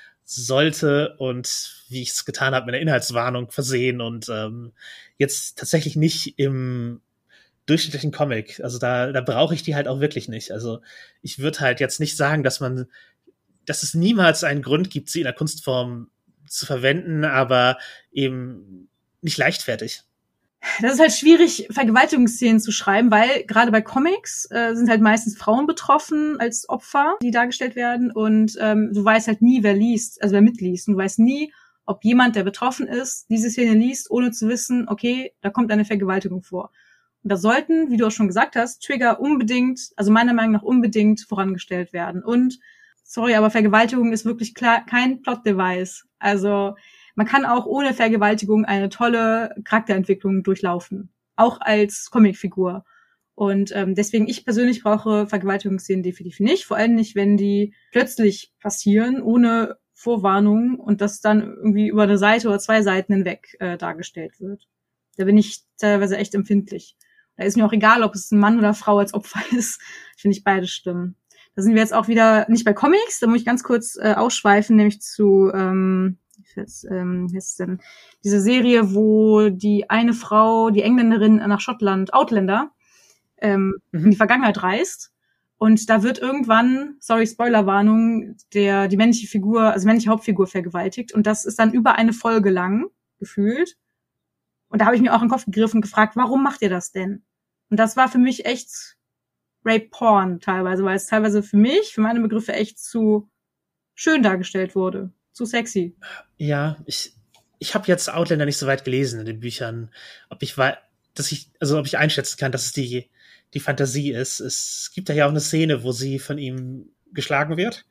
sollte und, wie ich es getan habe, mit einer Inhaltswarnung versehen und ähm, jetzt tatsächlich nicht im durchschnittlichen Comic. Also da, da brauche ich die halt auch wirklich nicht. Also ich würde halt jetzt nicht sagen, dass man, dass es niemals einen Grund gibt, sie in der Kunstform zu verwenden, aber eben nicht leichtfertig. Das ist halt schwierig, Vergewaltigungsszenen zu schreiben, weil gerade bei Comics äh, sind halt meistens Frauen betroffen als Opfer, die dargestellt werden. Und ähm, du weißt halt nie, wer liest, also wer mitliest. Und du weißt nie, ob jemand, der betroffen ist, diese Szene liest, ohne zu wissen, okay, da kommt eine Vergewaltigung vor. Und da sollten, wie du auch schon gesagt hast, Trigger unbedingt, also meiner Meinung nach unbedingt vorangestellt werden. Und, sorry, aber Vergewaltigung ist wirklich klar kein Plot-Device. Also man kann auch ohne Vergewaltigung eine tolle Charakterentwicklung durchlaufen. Auch als Comicfigur. Und ähm, deswegen, ich persönlich brauche Vergewaltigungsszenen definitiv nicht. Vor allem nicht, wenn die plötzlich passieren, ohne Vorwarnung und das dann irgendwie über eine Seite oder zwei Seiten hinweg äh, dargestellt wird. Da bin ich teilweise echt empfindlich. Da ist mir auch egal, ob es ein Mann oder Frau als Opfer ist. Finde ich beide Stimmen. Da sind wir jetzt auch wieder nicht bei Comics. Da muss ich ganz kurz äh, ausschweifen, nämlich zu ähm, Jetzt, ähm, jetzt denn diese Serie, wo die eine Frau, die Engländerin nach Schottland, Outlander, ähm, mhm. in die Vergangenheit reist. Und da wird irgendwann, sorry, Spoilerwarnung, der die männliche Figur, also männliche Hauptfigur vergewaltigt. Und das ist dann über eine Folge lang, gefühlt. Und da habe ich mir auch in den Kopf gegriffen und gefragt, warum macht ihr das denn? Und das war für mich echt Rape-Porn teilweise, weil es teilweise für mich, für meine Begriffe, echt zu schön dargestellt wurde. Zu sexy. Ja, ich ich habe jetzt Outlander nicht so weit gelesen in den Büchern, ob ich war, dass ich also ob ich einschätzen kann, dass es die die Fantasie ist. Es gibt da ja auch eine Szene, wo sie von ihm geschlagen wird.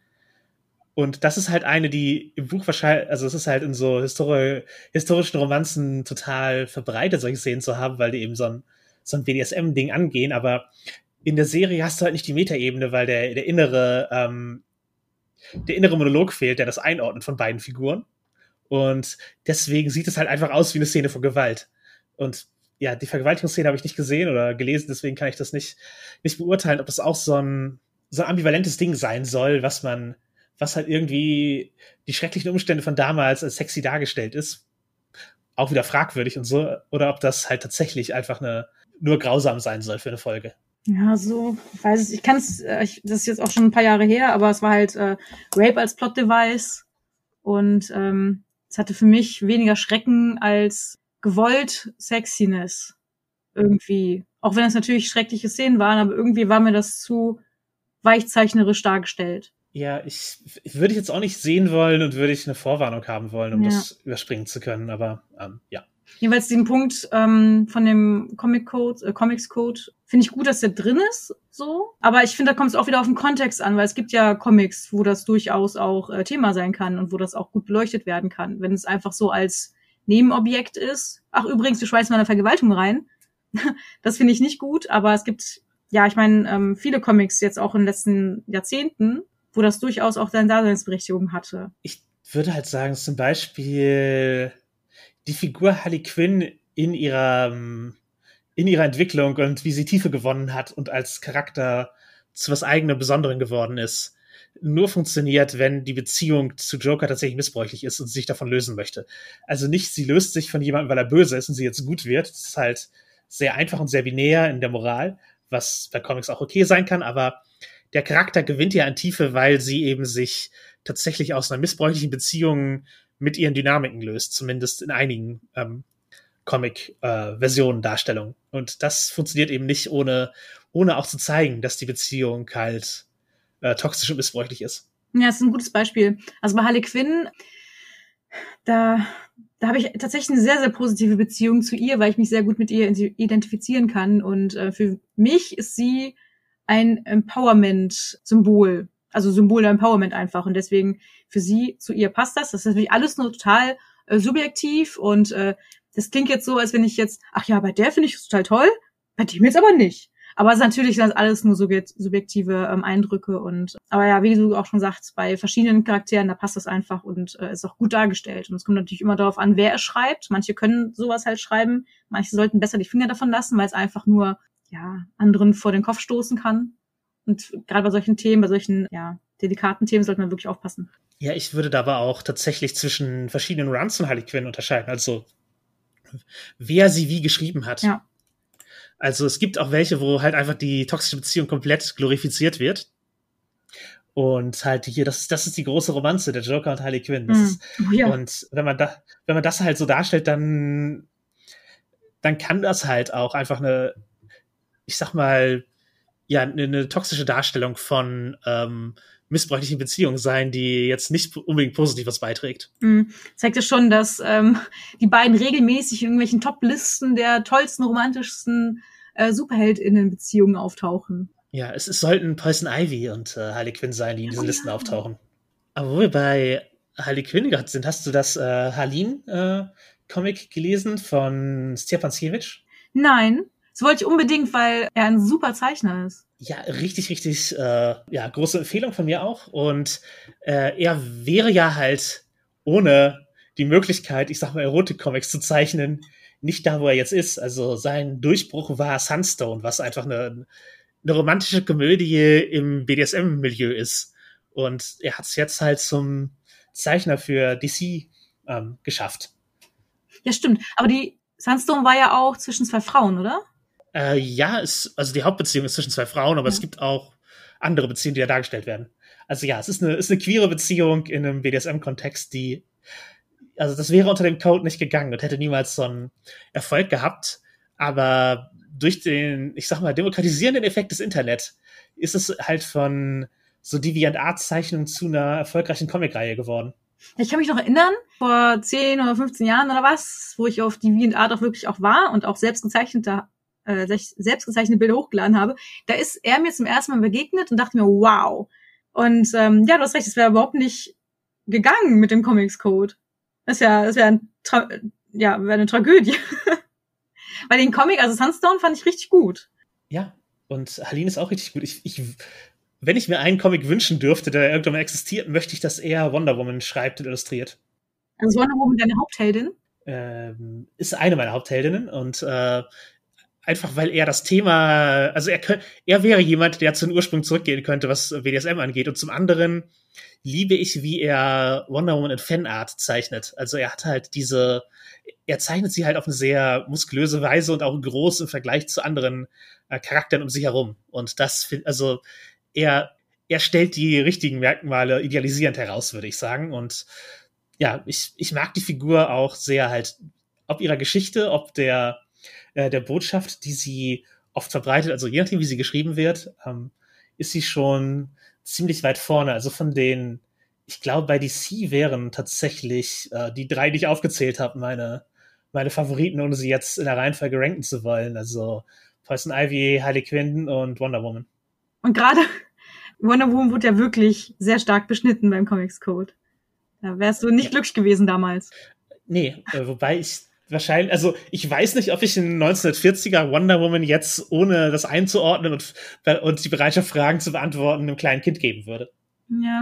Und das ist halt eine, die im Buch wahrscheinlich, also es ist halt in so Histori- historischen Romanzen total verbreitet, solche Szenen zu haben, weil die eben so ein so ein B D S M-Ding angehen. Aber in der Serie hast du halt nicht die Metaebene, weil der der innere ähm, der innere Monolog fehlt, der das einordnet von beiden Figuren. Und deswegen sieht es halt einfach aus wie eine Szene von Gewalt. Und ja, die Vergewaltigungsszene habe ich nicht gesehen oder gelesen, deswegen kann ich das nicht, nicht beurteilen, ob das auch so ein, so ein ambivalentes Ding sein soll, was man, was halt irgendwie die schrecklichen Umstände von damals als sexy dargestellt ist. Auch wieder fragwürdig und so. Oder ob das halt tatsächlich einfach eine, nur grausam sein soll für eine Folge. Ja, so, ich weiß es, ich kann es, das ist jetzt auch schon ein paar Jahre her, aber es war halt äh, Rape als Plot-Device und ähm, es hatte für mich weniger Schrecken als gewollt Sexiness irgendwie. Auch wenn es natürlich schreckliche Szenen waren, aber irgendwie war mir das zu weichzeichnerisch dargestellt. Ja, ich, ich würde jetzt auch nicht sehen wollen und würde ich eine Vorwarnung haben wollen, um ja. das überspringen zu können, aber ähm, ja. Jedenfalls den Punkt ähm, von dem Comic Code, äh, Comics Code, finde ich gut, dass der drin ist, so. Aber ich finde, da kommt es auch wieder auf den Kontext an, weil es gibt ja Comics, wo das durchaus auch äh, Thema sein kann und wo das auch gut beleuchtet werden kann. Wenn es einfach so als Nebenobjekt ist. Ach, übrigens, wir schmeißen mal eine Vergewaltigung rein. Das finde ich nicht gut, aber es gibt, ja, ich meine, ähm, viele Comics jetzt auch in den letzten Jahrzehnten, wo das durchaus auch seine Daseinsberechtigung hatte. Ich würde halt sagen, zum Beispiel die Figur Harley Quinn in ihrer, in ihrer Entwicklung und wie sie Tiefe gewonnen hat und als Charakter zu was eigenem Besonderem geworden ist. nur funktioniert, wenn die Beziehung zu Joker tatsächlich missbräuchlich ist und sie sich davon lösen möchte. Also nicht, sie löst sich von jemandem, weil er böse ist und sie jetzt gut wird. Das ist halt sehr einfach und sehr binär in der Moral, was bei Comics auch okay sein kann, aber der Charakter gewinnt ja an Tiefe, weil sie eben sich tatsächlich aus einer missbräuchlichen Beziehung mit ihren Dynamiken löst, zumindest in einigen ähm, Comic-Versionen, äh, Darstellungen. Und das funktioniert eben nicht, ohne, ohne auch zu zeigen, dass die Beziehung halt äh, toxisch und missbräuchlich ist. Ja, das ist ein gutes Beispiel. Also bei Harley Quinn, da, da habe ich tatsächlich eine sehr, sehr positive Beziehung zu ihr, weil ich mich sehr gut mit ihr identifizieren kann. Und äh, für mich ist sie ein Empowerment-Symbol. Also Symbol der Empowerment einfach. Und deswegen für sie, zu ihr passt das. Das ist natürlich alles nur total äh, subjektiv. Und äh, das klingt jetzt so, als wenn ich jetzt, ach ja, bei der finde ich es total toll, bei dem jetzt aber nicht. Aber es ist natürlich das alles nur subjektive ähm, Eindrücke und aber ja, wie du auch schon sagst, bei verschiedenen Charakteren, da passt das einfach und äh, ist auch gut dargestellt. Und es kommt natürlich immer darauf an, wer es schreibt. Manche können sowas halt schreiben, manche sollten besser die Finger davon lassen, weil es einfach nur ja anderen vor den Kopf stoßen kann. Und gerade bei solchen Themen, bei solchen ja delikaten Themen sollte man wirklich aufpassen. Ja, ich würde da aber auch tatsächlich zwischen verschiedenen Runs von Harley Quinn unterscheiden. Also wer sie wie geschrieben hat. Ja. Also es gibt auch welche, wo halt einfach die toxische Beziehung komplett glorifiziert wird. Und halt hier, das ist, das ist die große Romanze, der Joker und Harley Quinn. Das mm. ist, oh, ja. Und wenn man da, wenn man das halt so darstellt, dann, dann kann das halt auch einfach eine, ich sag mal, ja, eine, eine toxische Darstellung von ähm, missbräuchlichen Beziehungen sein, die jetzt nicht unbedingt positiv was beiträgt. Mhm. Zeigt ja schon, dass ähm, die beiden regelmäßig in irgendwelchen Top-Listen der tollsten, romantischsten äh, SuperheldInnen-Beziehungen auftauchen. Ja, es, es sollten Poison Ivy und äh, Harley Quinn sein, die in diesen oh, Listen ja. auftauchen. Aber wo wir bei Harley Quinn gerade sind, hast du das äh, Harleen-Comic äh, gelesen von Stjepan Šević? Nein, das wollte ich unbedingt, weil er ein super Zeichner ist. Ja, richtig, richtig, äh, ja, große Empfehlung von mir auch. Und äh, er wäre ja halt ohne die Möglichkeit, ich sag mal, Erotik-Comics zu zeichnen, nicht da, wo er jetzt ist. Also sein Durchbruch war Sunstone, was einfach eine, eine romantische Komödie im B D S M-Milieu ist. Und er hat es jetzt halt zum Zeichner für D C ähm, geschafft. Ja, stimmt. Aber die Sunstone war ja auch zwischen zwei Frauen, oder? Äh, ja, es, also die Hauptbeziehung ist zwischen zwei Frauen, aber ja. Es gibt auch andere Beziehungen, die da dargestellt werden. Also ja, es ist eine, ist eine queere Beziehung in einem B D S M-Kontext, die, also das wäre unter dem Code nicht gegangen und hätte niemals so einen Erfolg gehabt. Aber durch den, ich sag mal, demokratisierenden Effekt des Internet ist es halt von so DeviantArt-Zeichnungen zu einer erfolgreichen Comicreihe geworden. Ich kann mich noch erinnern, vor zehn oder fünfzehn Jahren oder was, wo ich auf DeviantArt auch wirklich auch war und auch selbst gezeichnete selbst gezeichnete Bilder hochgeladen habe, da ist er mir zum ersten Mal begegnet und dachte mir, wow. Und ähm, ja, du hast recht, es wäre überhaupt nicht gegangen mit dem Comics Code. Das wäre das wär ein Tra- ja, wäre eine Tragödie. Weil den Comic, also Sunstone, fand ich richtig gut. Ja, und Harleen ist auch richtig gut. Ich, ich, wenn ich mir einen Comic wünschen dürfte, der irgendwann mal existiert, möchte ich, dass er Wonder Woman schreibt und illustriert. Also Wonder Woman, deine Hauptheldin? Ähm, ist eine meiner Hauptheldinnen und äh, einfach, weil er das Thema, also er, könnt, er wäre jemand, der zu den Ursprung zurückgehen könnte, was B D S M angeht. Und zum anderen liebe ich, wie er Wonder Woman in Fanart zeichnet. Also er hat halt diese, er zeichnet sie halt auf eine sehr muskulöse Weise und auch groß im Vergleich zu anderen äh, Charakteren um sich herum. Und das, also er, er stellt die richtigen Merkmale idealisierend heraus, würde ich sagen. Und ja, ich, ich mag die Figur auch sehr halt, ob ihrer Geschichte, ob der der Botschaft, die sie oft verbreitet, also je nachdem, wie sie geschrieben wird, ähm, ist sie schon ziemlich weit vorne. Also von den, ich glaube, bei D C wären tatsächlich äh, die drei, die ich aufgezählt habe, meine, meine Favoriten, ohne sie jetzt in der Reihenfolge ranken zu wollen. Also Poison Ivy, Harley Quinn und Wonder Woman. Und gerade Wonder Woman wurde ja wirklich sehr stark beschnitten beim Comics Code. Da wärst du nicht ja. glücklich gewesen damals. Nee, äh, wobei ich wahrscheinlich, also ich weiß nicht, ob ich in neunzehnhundertvierziger Wonder Woman jetzt, ohne das einzuordnen und, und die Bereitschaft, Fragen zu beantworten, einem kleinen Kind geben würde. Ja.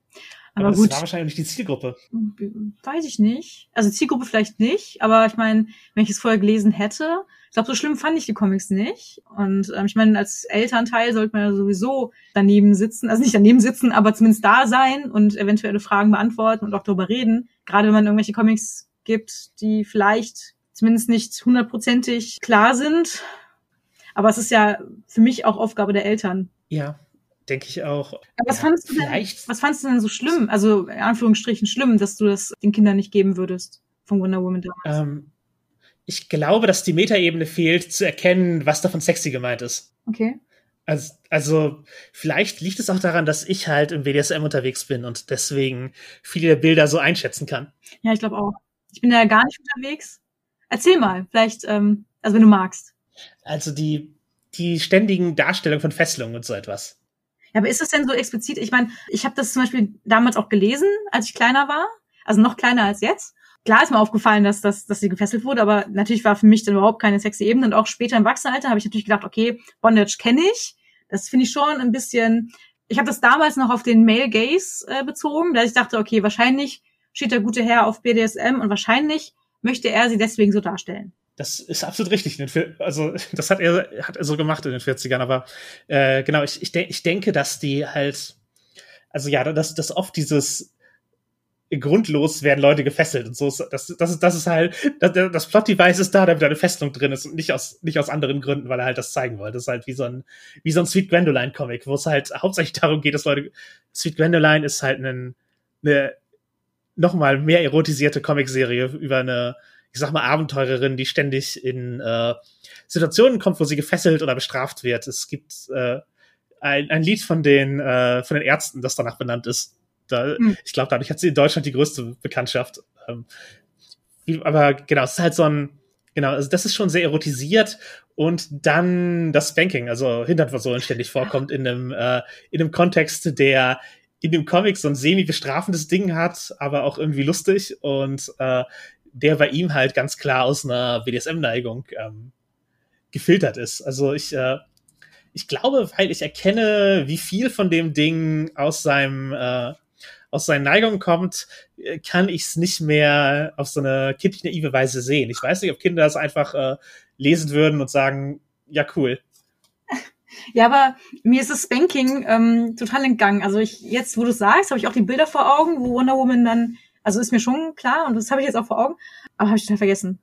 Aber, aber das gut, war wahrscheinlich nicht die Zielgruppe. weiß ich nicht. Also Zielgruppe vielleicht nicht, aber ich meine, wenn ich es vorher gelesen hätte, ich glaube, so schlimm fand ich die Comics nicht. Und ähm, ich meine, als Elternteil sollte man ja sowieso daneben sitzen, also nicht daneben sitzen, aber zumindest da sein und eventuelle Fragen beantworten und auch darüber reden. Gerade wenn man irgendwelche Comics gibt, die vielleicht zumindest nicht hundertprozentig klar sind. Aber es ist ja für mich auch Aufgabe der Eltern. Ja, denke ich auch. Aber was ja, fandest du denn, vielleicht, was fandest du denn so schlimm? Also in Anführungsstrichen schlimm, dass du das den Kindern nicht geben würdest von Wonder Woman damals. Ähm, ich glaube, dass die Metaebene fehlt, zu erkennen, was davon sexy gemeint ist. Okay. Also, also vielleicht liegt es auch daran, dass ich halt im B D S M unterwegs bin und deswegen viele der Bilder so einschätzen kann. Ja, ich glaube auch. Ich bin da ja gar nicht unterwegs. Erzähl mal, vielleicht, ähm, also wenn du magst. Also die, die ständigen Darstellungen von Fesselungen und so etwas. Ja, aber ist das denn so explizit? Ich meine, ich habe das zum Beispiel damals auch gelesen, als ich kleiner war. Also noch kleiner als jetzt. Klar ist mir aufgefallen, dass, dass, dass sie gefesselt wurde, aber natürlich war für mich dann überhaupt keine sexy Ebene. Und auch später im Erwachsenenalter habe ich natürlich gedacht, okay, Bondage kenne ich. Das finde ich schon ein bisschen... Ich habe das damals noch auf den Male Gaze äh, bezogen, da ich dachte, okay, wahrscheinlich steht der gute Herr auf B D S M und wahrscheinlich möchte er sie deswegen so darstellen. Das ist absolut richtig. Also das hat er, hat er so gemacht in den vierzigern. Aber äh, genau, ich, ich, de- ich denke, dass die halt... Also ja, dass, dass oft dieses... grundlos werden Leute gefesselt und so. Das, das, ist, das ist halt, das, das Plot-Device ist da, damit eine Fesselung drin ist und nicht aus, nicht aus anderen Gründen, weil er halt das zeigen wollte. Das ist halt wie so ein, wie so ein Sweet Gwendoline-Comic, wo es halt hauptsächlich darum geht, dass Leute, Sweet Gwendoline ist halt ein, eine, nochmal mehr erotisierte Comicserie über eine, ich sag mal, Abenteurerin, die ständig in, äh, Situationen kommt, wo sie gefesselt oder bestraft wird. Es gibt, äh, ein, ein Lied von den, äh, von den Ärzten, das danach benannt ist. Da, hm. Ich glaube, dadurch hat sie in Deutschland die größte Bekanntschaft. Ähm, wie, aber genau, es ist halt so ein, genau, also das ist schon sehr erotisiert und dann das Spanking, also Hinternversohlen ständig vorkommt in einem, äh, in einem Kontext, der in dem Comic so ein semi-bestrafendes Ding hat, aber auch irgendwie lustig und äh, der bei ihm halt ganz klar aus einer B D S M-Neigung ähm, gefiltert ist. Also ich, äh, ich glaube, weil ich erkenne, wie viel von dem Ding aus seinem äh, aus seinen Neigungen kommt, kann ich es nicht mehr auf so eine kindlich naive Weise sehen. Ich weiß nicht, ob Kinder das einfach äh, lesen würden und sagen, ja, cool. Ja, aber mir ist das Spanking ähm, total entgangen. Also ich jetzt, wo du sagst, habe ich auch die Bilder vor Augen, wo Wonder Woman dann, also ist mir schon klar und das habe ich jetzt auch vor Augen, aber habe ich total vergessen.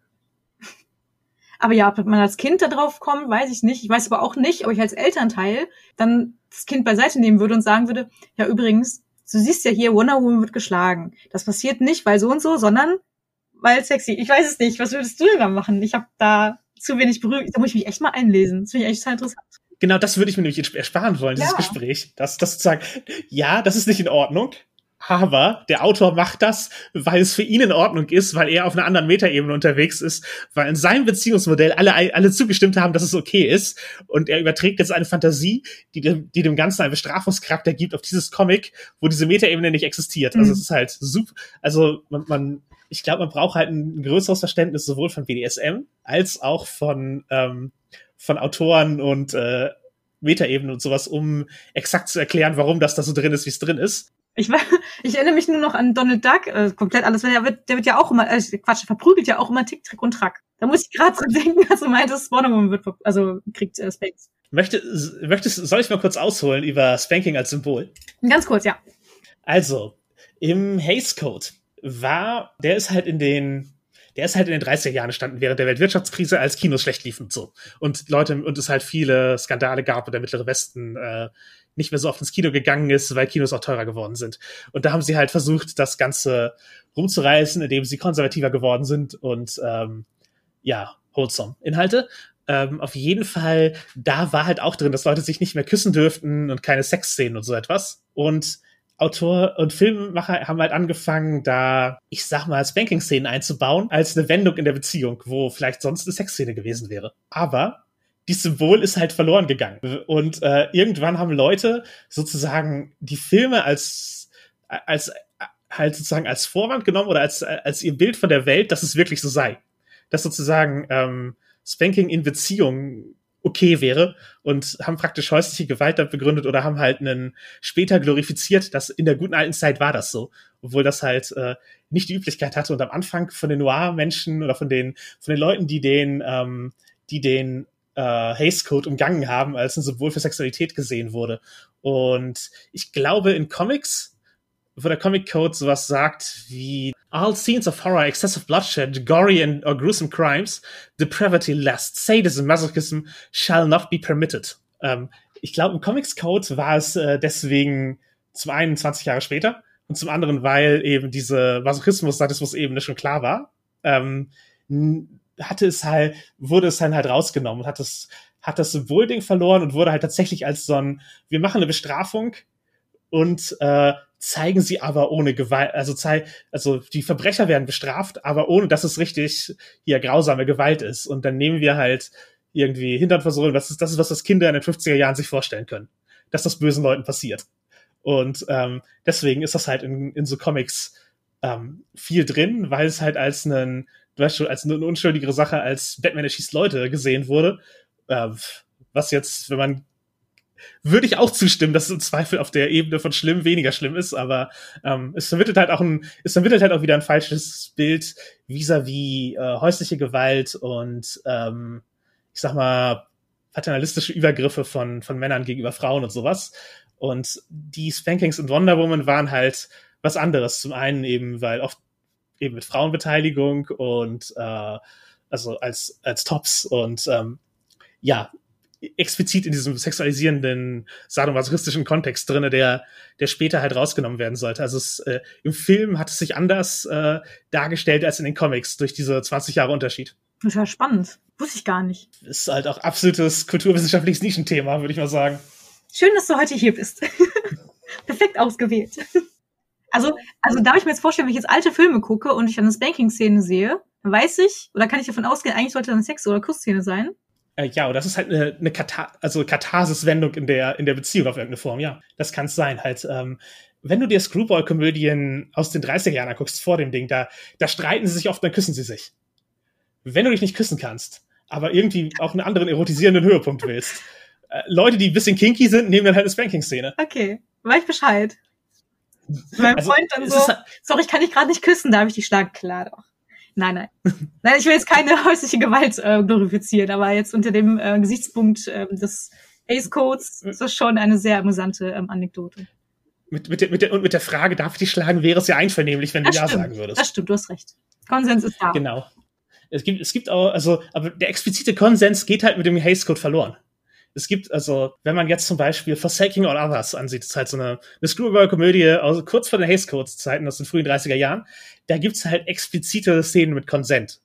Aber ja, ob man als Kind da drauf kommt, weiß ich nicht. Ich weiß aber auch nicht, ob ich als Elternteil dann das Kind beiseite nehmen würde und sagen würde, ja übrigens, du siehst ja hier, Wonder Woman wird geschlagen. Das passiert nicht, weil so und so, sondern weil sexy. Ich weiß es nicht. Was würdest du denn da machen? Ich habe da zu wenig berührt. Da muss ich mich echt mal einlesen. Das finde ich echt total interessant. Genau, das würde ich mir nämlich ersparen wollen, dieses ja. Gespräch. Das, das zu sagen, ja, das ist nicht in Ordnung, aber der Autor macht das, weil es für ihn in Ordnung ist, weil er auf einer anderen Metaebene unterwegs ist, weil in seinem Beziehungsmodell alle alle zugestimmt haben, dass es okay ist und er überträgt jetzt eine Fantasie, die dem, die dem Ganzen einen Bestrafungscharakter gibt auf dieses Comic, wo diese Metaebene nicht existiert. Mhm. Also es ist halt super, also man, man ich glaube, man braucht halt ein größeres Verständnis sowohl von B D S M als auch von ähm, von Autoren und äh, Metaebenen und sowas, um exakt zu erklären, warum das da so drin ist, wie es drin ist. Ich, ich erinnere mich nur noch an Donald Duck, äh, komplett alles, der wird, der wird ja auch immer, äh, Quatsch, verprügelt ja auch immer Tick, Trick und Track. Da muss ich gerade dran denken, als du meintest, Wonder Woman wird, also kriegt äh, Spanks. Möchte, möchtest, soll ich mal kurz ausholen über Spanking als Symbol? Ganz kurz, ja. Also, im Hays Code war, der ist halt in den Der ist halt in den dreißiger Jahren entstanden, während der Weltwirtschaftskrise, als Kinos schlecht liefen und so. Und Leute, und es halt viele Skandale gab und der Mittlere Westen äh, nicht mehr so oft ins Kino gegangen ist, weil Kinos auch teurer geworden sind. Und da haben sie halt versucht, das Ganze rumzureißen, indem sie konservativer geworden sind und ähm, ja, wholesome Inhalte. Ähm, auf jeden Fall, da war halt auch drin, dass Leute sich nicht mehr küssen dürften und keine Sexszenen und so etwas. Und Autor und Filmemacher haben halt angefangen, da, ich sag mal, Spanking-Szenen einzubauen, als eine Wendung in der Beziehung, wo vielleicht sonst eine Sexszene gewesen wäre. Aber dieses Symbol ist halt verloren gegangen. Und äh, irgendwann haben Leute sozusagen die Filme als, als halt sozusagen als Vorwand genommen oder als, als ihr Bild von der Welt, dass es wirklich so sei. Dass sozusagen ähm, Spanking in Beziehungen okay wäre und haben praktisch häusliche Gewalt da begründet oder haben halt einen später glorifiziert, dass in der guten alten Zeit war das so, obwohl das halt äh, nicht die Üblichkeit hatte. Und am Anfang von den Noir-Menschen oder von den von den Leuten, die den ähm, die den äh, Hays Code umgangen haben, als ein Symbol für Sexualität gesehen wurde. Und ich glaube, in Comics, wo der Comic Code sowas sagt wie all scenes of horror, excessive bloodshed, gory and or gruesome crimes, depravity, lust, sadism, masochism shall not be permitted. Ähm, ich glaube, im Comics Code war es äh, deswegen zum einen zwanzig Jahre später und zum anderen, weil eben diese Masochismus-Sadismus-Ebene schon klar war, ähm, hatte es halt, wurde es dann halt rausgenommen und hat das, hat das Symbolding verloren und wurde halt tatsächlich als so ein, wir machen eine Bestrafung und äh, zeigen sie aber ohne Gewalt, also zei- also die Verbrecher werden bestraft, aber ohne, dass es richtig hier grausame Gewalt ist. Und dann nehmen wir halt irgendwie Hinternversohlen, das ist, das ist, was das Kinder in den fünfziger Jahren sich vorstellen können, dass das bösen Leuten passiert. Und ähm, deswegen ist das halt in, in so Comics ähm, viel drin, weil es halt als einen, du weißt schon, als eine unschuldigere Sache als Batman erschießt Leute gesehen wurde, äh, was jetzt, wenn man würde ich auch zustimmen, dass es im Zweifel auf der Ebene von schlimm weniger schlimm ist, aber ähm, es vermittelt halt auch ein, es vermittelt halt auch wieder ein falsches Bild vis-à-vis äh, häusliche Gewalt und ähm, ich sag mal paternalistische Übergriffe von von Männern gegenüber Frauen und sowas. Und die Spankings in Wonder Woman waren halt was anderes. Zum einen eben, weil oft eben mit Frauenbeteiligung und äh, also als als Tops und ähm, ja explizit in diesem sexualisierenden, sadomasochistischen Kontext drinne, der der später halt rausgenommen werden sollte. Also es, äh, im Film hat es sich anders äh, dargestellt als in den Comics durch diese zwanzig Jahre Unterschied. Das ist ja spannend. Wusste ich gar nicht. Ist halt auch absolutes kulturwissenschaftliches Nischenthema, würde ich mal sagen. Schön, dass du heute hier bist. Perfekt ausgewählt. Also, also darf ich mir jetzt vorstellen, wenn ich jetzt alte Filme gucke und ich eine Spanking-Szene sehe, dann weiß ich, oder kann ich davon ausgehen, eigentlich sollte das eine Sex- oder Kussszene sein? Äh, ja, und das ist halt eine, eine Katar- also Katharsis-Wendung in der, in der Beziehung auf irgendeine Form, ja. Das kann es sein, halt, ähm, wenn du dir Screwball-Komödien aus den dreißiger Jahren anguckst, vor dem Ding, da, da streiten sie sich oft, dann küssen sie sich. Wenn du dich nicht küssen kannst, aber irgendwie auch einen anderen erotisierenden Höhepunkt willst, äh, Leute, die ein bisschen kinky sind, nehmen dann halt eine Spanking-Szene. Okay, weiß ich Bescheid. Mein Also, Freund dann es so, ist halt- sorry, ich kann dich gerade nicht küssen, da habe ich die Schlag, klar doch. Nein, nein. Nein, ich will jetzt keine häusliche Gewalt äh, glorifizieren, aber jetzt unter dem äh, Gesichtspunkt äh, des Hays Codes ist das schon eine sehr amüsante ähm, Anekdote. Mit, mit, der, mit der, und mit der Frage, darf ich dich schlagen, wäre es ja einvernehmlich, wenn du Das Ja stimmt, sagen würdest. das stimmt, du hast recht. Konsens ist da. Genau. Es gibt, es gibt auch, also, aber der explizite Konsens geht halt mit dem Hays Code verloren. Es gibt, also, wenn man jetzt zum Beispiel Forsaking All Others ansieht, das ist halt so eine, eine Screwball-Komödie aus, kurz vor den Hays Codes-Zeiten aus den frühen dreißiger Jahren, da gibt's halt explizite Szenen mit Consent.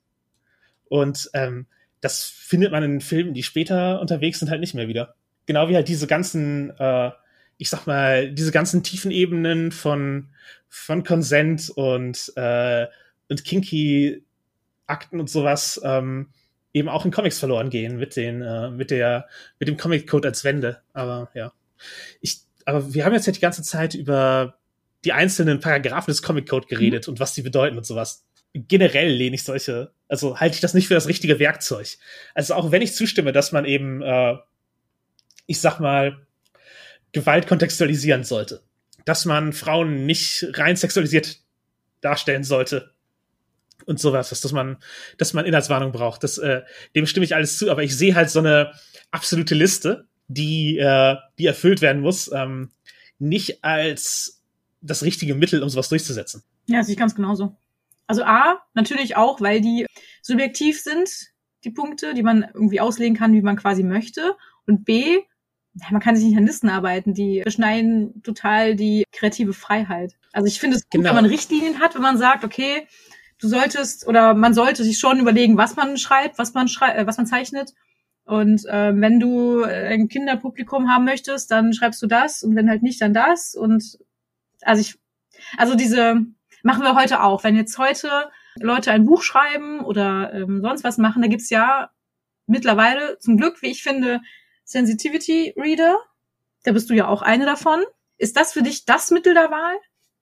Und ähm, das findet man in Filmen, die später unterwegs sind, halt nicht mehr wieder. Genau wie halt diese ganzen, äh, ich sag mal, diese ganzen tiefen Ebenen von, von Consent und, äh, und kinky Akten und sowas, ähm, eben auch in Comics verloren gehen mit den, äh, mit der, mit dem Comic-Code als Wende. Aber ja. Ich, aber wir haben jetzt ja die ganze Zeit über die einzelnen Paragraphen des Comic-Code geredet mhm. und was die bedeuten und sowas. Generell lehne ich solche, also halte ich das nicht für das richtige Werkzeug. Also auch wenn ich zustimme, dass man eben, äh, ich sag mal, Gewalt kontextualisieren sollte. Dass man Frauen nicht rein sexualisiert darstellen sollte. Und sowas, dass man, dass man Inhaltswarnung braucht. Das, äh, dem stimme ich alles zu, aber ich sehe halt so eine absolute Liste, die, äh, die erfüllt werden muss, ähm, nicht als das richtige Mittel, um sowas durchzusetzen. Ja, das sehe ich ganz genauso. Also A, natürlich auch, weil die subjektiv sind, die Punkte, die man irgendwie auslegen kann, wie man quasi möchte. Und B, man kann sich nicht an Listen arbeiten, die beschneiden total die kreative Freiheit. Also ich finde es gut, genau. wenn man Richtlinien hat, wenn man sagt, okay, du solltest oder man sollte sich schon überlegen, was man schreibt, was man schreibt, äh, was man zeichnet. Und äh, wenn du ein Kinderpublikum haben möchtest, dann schreibst du das und wenn halt nicht, dann das. Und also ich, also diese machen wir heute auch. Wenn jetzt heute Leute ein Buch schreiben oder ähm, sonst was machen, da gibt's ja mittlerweile zum Glück, wie ich finde, Sensitivity Reader. Da bist du ja auch eine davon. Ist das für dich das Mittel der Wahl?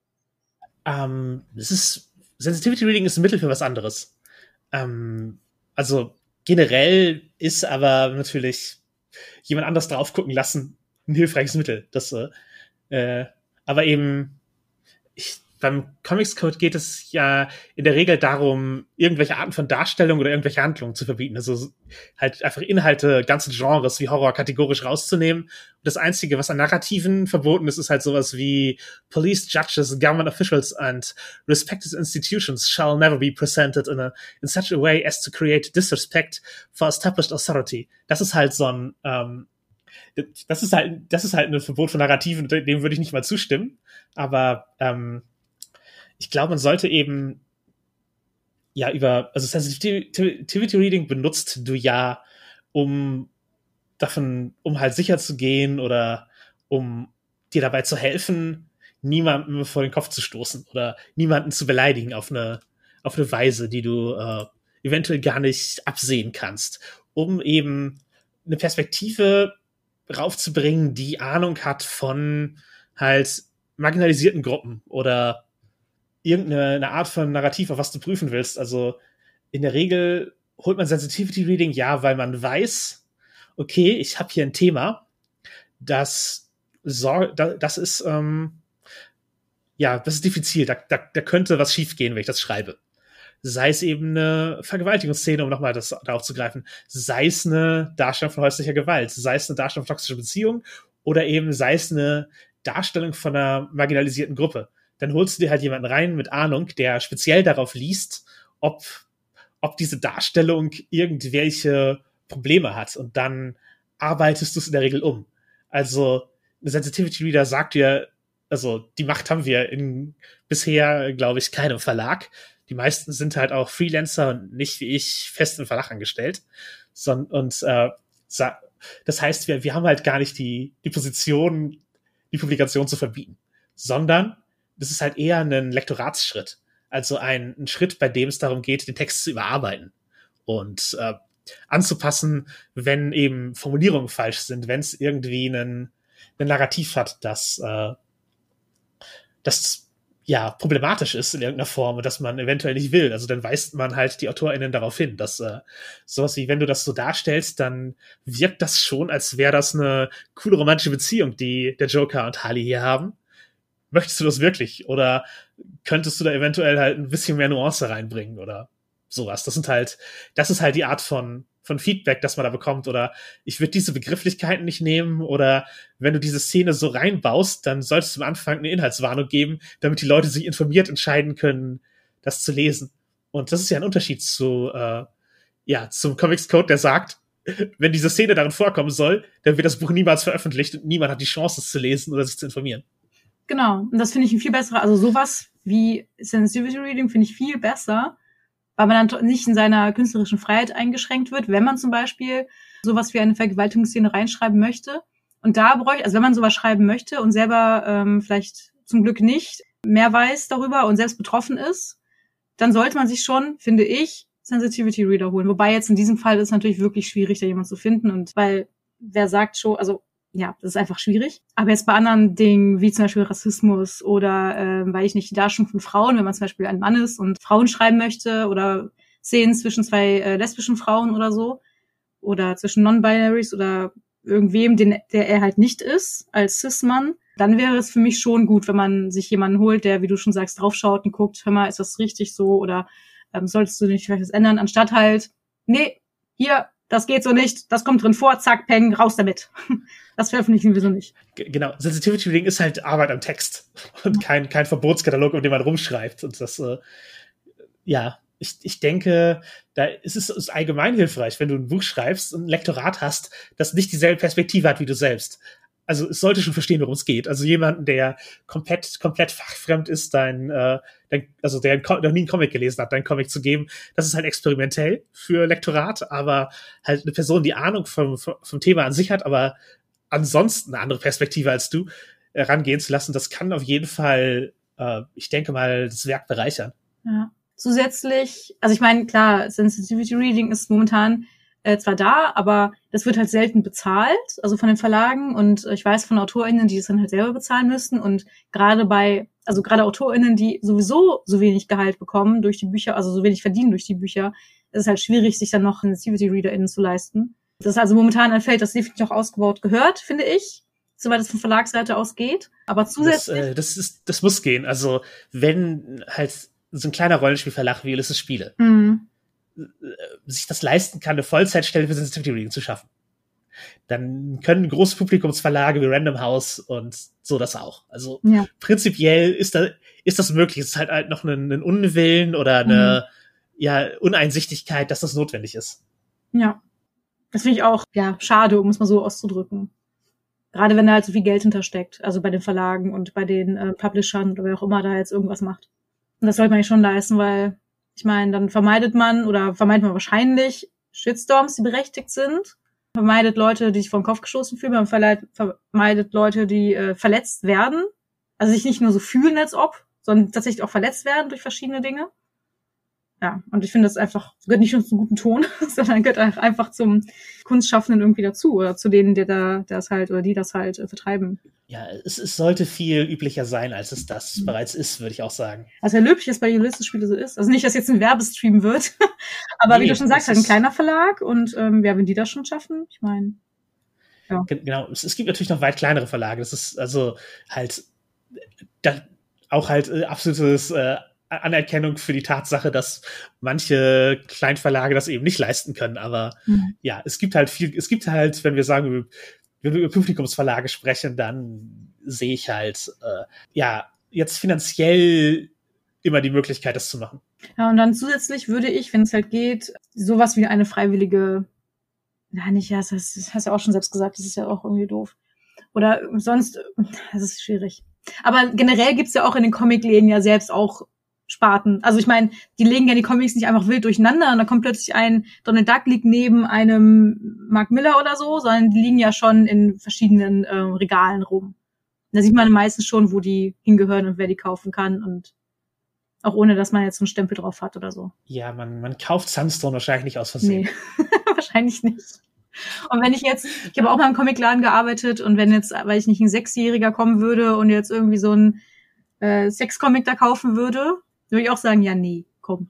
Ähm, es ist Sensitivity Reading ist ein Mittel für was anderes. Ähm, also generell ist aber natürlich jemand anders drauf gucken lassen ein hilfreiches Mittel. Das, äh, aber eben, ich, beim Comics Code geht es ja in der Regel darum, irgendwelche Arten von Darstellung oder irgendwelche Handlungen zu verbieten. Also halt einfach Inhalte, ganze Genres wie Horror kategorisch rauszunehmen. Und das Einzige, was an Narrativen verboten ist, ist halt sowas wie Police, Judges, Government Officials and respected institutions shall never be presented in, a, in such a way as to create disrespect for established authority. Das ist halt so ein, ähm, das ist halt, das ist halt ein Verbot von Narrativen, dem würde ich nicht mal zustimmen. Aber, ähm, ich glaube, man sollte eben ja über, also Sensitivity Reading benutzt du ja, um davon, um halt sicher zu gehen oder um dir dabei zu helfen, niemandem vor den Kopf zu stoßen oder niemanden zu beleidigen auf eine, auf eine Weise, die du äh, eventuell gar nicht absehen kannst, um eben eine Perspektive raufzubringen, die Ahnung hat von halt marginalisierten Gruppen oder irgendeine eine Art von Narrativ, auf was du prüfen willst. Also in der Regel holt man Sensitivity Reading, ja, weil man weiß, okay, ich habe hier ein Thema, das, das ist, ähm, ja, das ist diffizil, da, da, da könnte was schiefgehen, wenn ich das schreibe. Sei es eben eine Vergewaltigungsszene, um nochmal das da aufzugreifen, sei es eine Darstellung von häuslicher Gewalt, sei es eine Darstellung von toxischer Beziehung oder eben sei es eine Darstellung von einer marginalisierten Gruppe. Dann holst du dir halt jemanden rein mit Ahnung, der speziell darauf liest, ob, ob diese Darstellung irgendwelche Probleme hat. Und dann arbeitest du es in der Regel um. Also, ein Sensitivity Reader sagt dir, also, die Macht haben wir in bisher, glaube ich, keinem Verlag. Die meisten sind halt auch Freelancer und nicht wie ich fest im Verlag angestellt. So, und äh, das heißt, wir, wir haben halt gar nicht die, die Position, die Publikation zu verbieten, sondern das ist halt eher ein Lektoratsschritt. Also ein, ein Schritt, bei dem es darum geht, den Text zu überarbeiten und äh, anzupassen, wenn eben Formulierungen falsch sind, wenn es irgendwie einen, einen Narrativ hat, das, äh, das ja problematisch ist in irgendeiner Form und das man eventuell nicht will. Also dann weist man halt die AutorInnen darauf hin, dass äh, sowas wie, wenn du das so darstellst, dann wirkt das schon, als wäre das eine coole romantische Beziehung, die der Joker und Harley hier haben. Möchtest du das wirklich? Oder könntest du da eventuell halt ein bisschen mehr Nuance reinbringen oder sowas? Das sind halt, das ist halt die Art von, von Feedback, das man da bekommt. Oder ich würde diese Begrifflichkeiten nicht nehmen. Oder wenn du diese Szene so reinbaust, dann solltest du am Anfang eine Inhaltswarnung geben, damit die Leute sich informiert entscheiden können, das zu lesen. Und das ist ja ein Unterschied zu, äh, ja, zum Comics Code, der sagt, wenn diese Szene darin vorkommen soll, dann wird das Buch niemals veröffentlicht und niemand hat die Chance, es zu lesen oder sich zu informieren. Genau, und das finde ich ein viel besserer, also sowas wie Sensitivity Reading finde ich viel besser, weil man dann nicht in seiner künstlerischen Freiheit eingeschränkt wird, wenn man zum Beispiel sowas wie eine Vergewaltigungsszene reinschreiben möchte. Und da bräuchte, also wenn man sowas schreiben möchte und selber ähm, vielleicht zum Glück nicht mehr weiß darüber und selbst betroffen ist, dann sollte man sich schon, finde ich, Sensitivity Reader holen. Wobei jetzt in diesem Fall ist es natürlich wirklich schwierig, da jemanden zu finden. Und weil, wer sagt schon, also ja, das ist einfach schwierig. Aber jetzt bei anderen Dingen, wie zum Beispiel Rassismus oder, äh, weil ich nicht, die Darstellung von Frauen, wenn man zum Beispiel ein Mann ist und Frauen schreiben möchte oder Szenen zwischen zwei äh, lesbischen Frauen oder so oder zwischen Non-Binaries oder irgendwem, den, der er halt nicht ist, als Cis-Mann, dann wäre es für mich schon gut, wenn man sich jemanden holt, der, wie du schon sagst, draufschaut und guckt, hör mal, ist das richtig so oder ähm, solltest du nicht vielleicht was ändern, anstatt halt, nee, hier, das geht so nicht, das kommt drin vor, zack, peng, raus damit. Das veröffentlichen wir so nicht. G- genau, Sensitivity Reading ist halt Arbeit am Text und kein, kein Verbotskatalog, um den man rumschreibt. Und das, äh, ja, ich, ich denke, da ist es ist allgemein hilfreich, wenn du ein Buch schreibst und ein Lektorat hast, das nicht dieselbe Perspektive hat wie du selbst. Also es sollte schon verstehen, worum es geht. Also jemanden, der komplett komplett fachfremd ist, dein, äh, dein also der noch nie einen Comic gelesen hat, deinen Comic zu geben, das ist halt experimentell für Lektorat, aber halt eine Person, die Ahnung vom, vom Thema an sich hat, aber ansonsten eine andere Perspektive als du äh, rangehen zu lassen, das kann auf jeden Fall, äh, ich denke mal, das Werk bereichern. Ja. Zusätzlich, also ich meine, klar, Sensitivity Reading ist momentan äh, zwar da, aber das wird halt selten bezahlt, also von den Verlagen, und äh, ich weiß von AutorInnen, die das dann halt selber bezahlen müssen, und gerade bei, also gerade AutorInnen, die sowieso so wenig Gehalt bekommen durch die Bücher, also so wenig verdienen durch die Bücher, ist es halt schwierig, sich dann noch Sensitivity ReaderInnen zu leisten. Das ist also momentan ein Feld, das definitiv noch ausgebaut gehört, finde ich, soweit es von Verlagsseite aus geht. Aber zusätzlich... Das, äh, das, ist, das muss gehen. Also wenn halt so ein kleiner Rollenspielverlag wie Ulysses Spiele Mhm. sich das leisten kann, eine Vollzeitstelle für Sensitivity Reading zu schaffen, dann können große Publikumsverlage wie Random House und so das auch. Also Ja. prinzipiell ist da, ist das möglich. Es ist halt, halt noch ein, ein Unwillen oder eine ja, Uneinsichtigkeit, dass das notwendig ist. Ja. Das finde ich auch, ja, schade, um es mal so auszudrücken. Gerade wenn da halt so viel Geld hintersteckt, also bei den Verlagen und bei den äh, Publishern oder wer auch immer da jetzt irgendwas macht. Und das sollte man ja schon leisten, weil, ich meine, dann vermeidet man oder vermeidet man wahrscheinlich Shitstorms, die berechtigt sind. Vermeidet Leute, die sich vor den Kopf gestoßen fühlen. Man verleiht, vermeidet Leute, die äh, verletzt werden. Also sich nicht nur so fühlen, als ob, sondern tatsächlich auch verletzt werden durch verschiedene Dinge. Ja, und ich finde, das einfach gehört nicht nur zum guten Ton, sondern gehört auch einfach zum Kunstschaffenden irgendwie dazu oder zu denen, die da das halt oder die das halt äh, vertreiben. Ja, es, es sollte viel üblicher sein, als es das Mhm. bereits ist, würde ich auch sagen. Also ja, löblich, dass bei Ulysses Spiele so ist. Also nicht, dass jetzt ein Werbestream wird, aber Nee, wie du schon sagst, es halt ein ist- kleiner Verlag und ähm, ja, wenn die das schon schaffen, ich meine, Gen- Genau, es, es gibt natürlich noch weit kleinere Verlage. Das ist also halt da, auch halt äh, absolutes äh, Anerkennung für die Tatsache, dass manche Kleinverlage das eben nicht leisten können. Aber Mhm. ja, es gibt halt viel, es gibt halt, wenn wir sagen, wenn wir über Publikumsverlage sprechen, dann sehe ich halt, äh, ja, jetzt finanziell immer die Möglichkeit, das zu machen. Ja, und dann zusätzlich würde ich, wenn es halt geht, sowas wie eine freiwillige, nein, nicht, ja, das hast, das hast du ja auch schon selbst gesagt, das ist ja auch irgendwie doof. Oder sonst, das ist schwierig. Aber generell gibt's ja auch in den Comicläden ja selbst auch Sparten. Also ich meine, die legen ja die Comics nicht einfach wild durcheinander und da kommt plötzlich ein Donald Duck liegt neben einem Mark Miller oder so, sondern die liegen ja schon in verschiedenen äh, Regalen rum. Da sieht man meistens schon, wo die hingehören und wer die kaufen kann und auch ohne, dass man jetzt so einen Stempel drauf hat oder so. Ja, man, man kauft Sunstone wahrscheinlich nicht aus Versehen. Nee, wahrscheinlich nicht. Und wenn ich jetzt, ich habe auch mal im Comicladen gearbeitet und wenn jetzt, weil ich nicht ein Sechsjähriger kommen würde und jetzt irgendwie so ein äh, Sexcomic da kaufen würde, würde ich auch sagen, ja, nee, komm.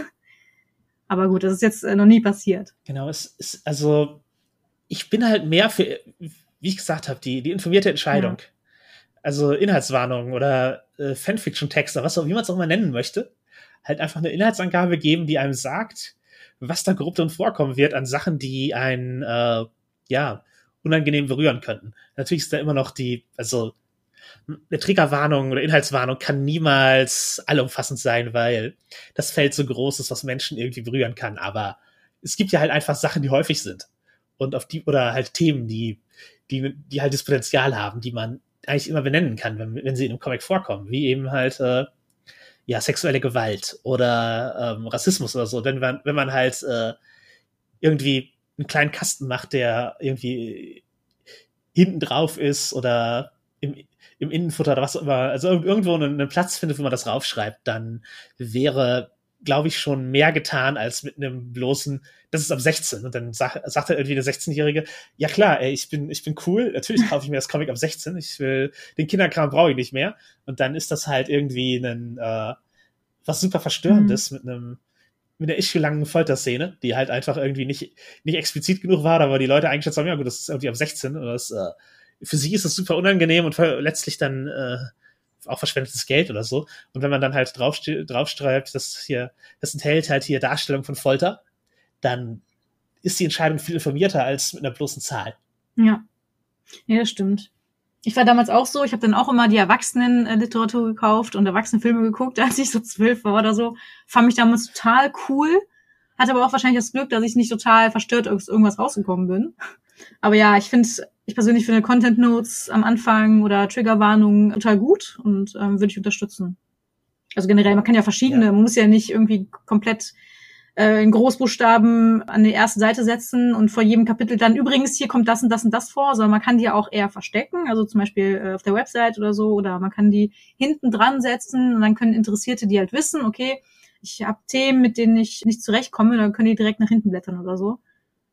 Aber gut, das ist jetzt äh, noch nie passiert. Genau, es ist, also, ich bin halt mehr für, wie ich gesagt habe, die, die informierte Entscheidung. Ja. Also Inhaltswarnungen oder äh, Fanfiction-Texte, was auch, wie man es auch immer nennen möchte. Halt einfach eine Inhaltsangabe geben, die einem sagt, was da grob drin vorkommen wird an Sachen, die einen, äh, ja, unangenehm berühren könnten. Natürlich ist da immer noch die, also, eine Triggerwarnung oder Inhaltswarnung kann niemals allumfassend sein, weil das Feld so groß ist, was Menschen irgendwie berühren kann. Aber es gibt ja halt einfach Sachen, die häufig sind. Und auf die, oder halt Themen, die, die, die halt das Potenzial haben, die man eigentlich immer benennen kann, wenn, wenn sie in einem Comic vorkommen. Wie eben halt, äh, ja, sexuelle Gewalt oder ähm, Rassismus oder so. Denn wenn, wenn man halt äh, irgendwie einen kleinen Kasten macht, der irgendwie hinten drauf ist oder im, im Innenfutter oder was auch immer, also irgendwo einen, einen Platz findet, wo man das raufschreibt, dann wäre, glaube ich, schon mehr getan als mit einem bloßen, das ist ab sechzehn. Und dann sag, sagt er irgendwie eine sechzehnjährige, ja klar, ey, ich bin, ich bin cool, natürlich kaufe ich mir das Comic ab sechzehn, ich will, den Kinderkram brauche ich nicht mehr. Und dann ist das halt irgendwie ein, äh, was super Verstörendes mhm. mit einem, mit einer issue-langen Folterszene, die halt einfach irgendwie nicht, nicht explizit genug war, aber die Leute eingeschätzt haben, ja gut, das ist irgendwie ab sechzehn, oder das, äh, für sie ist es super unangenehm und letztlich dann äh, auch verschwendetes Geld oder so. Und wenn man dann halt draufste- draufschreibt, dass hier, das enthält halt hier Darstellung von Folter, dann ist die Entscheidung viel informierter als mit einer bloßen Zahl. Ja, ja, das stimmt. Ich war damals auch so, ich habe dann auch immer die Erwachsenenliteratur gekauft und Erwachsenenfilme geguckt, als ich so zwölf war oder so. Fand mich damals total cool, hatte aber auch wahrscheinlich das Glück, dass ich nicht total verstört aus irgendwas rausgekommen bin. Aber ja, ich finde, ich persönlich finde Content Notes am Anfang oder Triggerwarnungen total gut und ähm, würde ich unterstützen. Also generell, man kann ja verschiedene, ja. Man muss ja nicht irgendwie komplett äh, in Großbuchstaben an die erste Seite setzen und vor jedem Kapitel dann, übrigens, hier kommt das und das und das vor, sondern man kann die ja auch eher verstecken, also zum Beispiel äh, auf der Website oder so, oder man kann die hinten dran setzen und dann können Interessierte die halt wissen, okay, ich habe Themen, mit denen ich nicht zurechtkomme, dann können die direkt nach hinten blättern oder so.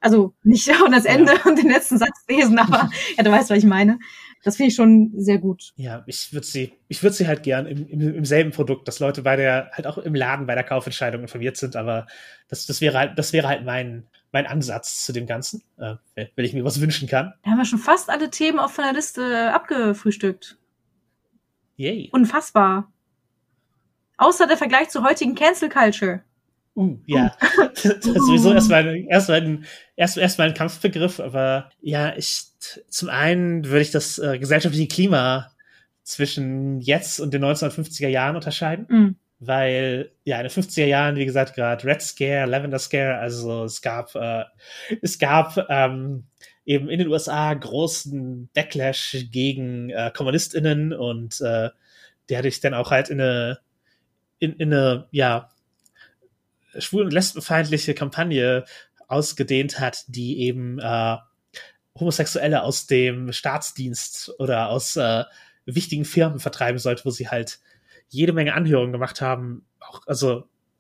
Also nicht und das Ende ja. und den letzten Satz lesen, aber ja, du weißt, was ich meine. Das finde ich schon sehr gut. Ja, ich würde sie, ich würde sie halt gern im, im, im selben Produkt, dass Leute bei der, halt auch im Laden bei der Kaufentscheidung informiert sind, aber das, das wäre halt, das wäre halt mein, mein Ansatz zu dem Ganzen, äh, wenn ich mir was wünschen kann. Da haben wir schon fast alle Themen auch von der Liste abgefrühstückt. Yay. Unfassbar. Außer der Vergleich zur heutigen Cancel Culture. Uh, ja. Uh. Das ist sowieso erstmal erstmal ein, erst, erstmal ein Kampfbegriff, aber ja, ich, zum einen würde ich das äh, gesellschaftliche Klima zwischen jetzt und den neunzehnhundertfünfziger Jahren unterscheiden, mm. weil, ja, in den fünfziger Jahren, wie gesagt, gerade Red Scare, Lavender Scare, also es gab, äh, es gab, ähm, eben in den U S A großen Backlash gegen äh, KommunistInnen und äh, der sich dann auch halt in eine, in, in eine, ja, schwul- und lesbenfeindliche Kampagne ausgedehnt hat, die eben äh, Homosexuelle aus dem Staatsdienst oder aus äh, wichtigen Firmen vertreiben sollte, wo sie halt jede Menge Anhörungen gemacht haben. Auch, also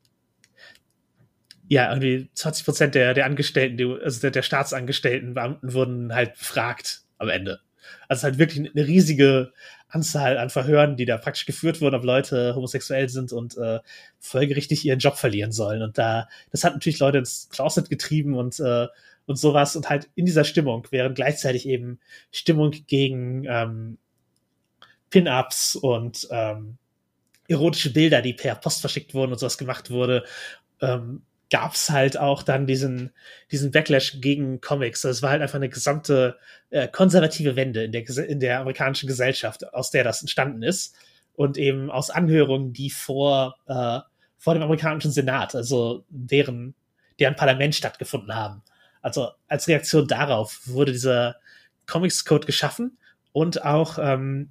ja, irgendwie zwanzig Prozent der, der Angestellten, die, also der, der Staatsangestellten, Beamten wurden halt befragt am Ende. Also halt wirklich eine riesige Anzahl an Verhören, die da praktisch geführt wurden, ob Leute homosexuell sind und äh, folgerichtig ihren Job verlieren sollen. Und da, das hat natürlich Leute ins Closet getrieben und äh, und sowas und halt in dieser Stimmung, während gleichzeitig eben Stimmung gegen ähm, Pin-Ups und ähm, erotische Bilder, die per Post verschickt wurden und sowas gemacht wurde, ähm, gab's halt auch dann diesen diesen Backlash gegen Comics. Das war halt einfach eine gesamte äh, konservative Wende in der in der amerikanischen Gesellschaft, aus der das entstanden ist und eben aus Anhörungen, die vor äh, vor dem amerikanischen Senat, also deren deren Parlament stattgefunden haben. Also als Reaktion darauf wurde dieser Comics Code geschaffen und auch ähm,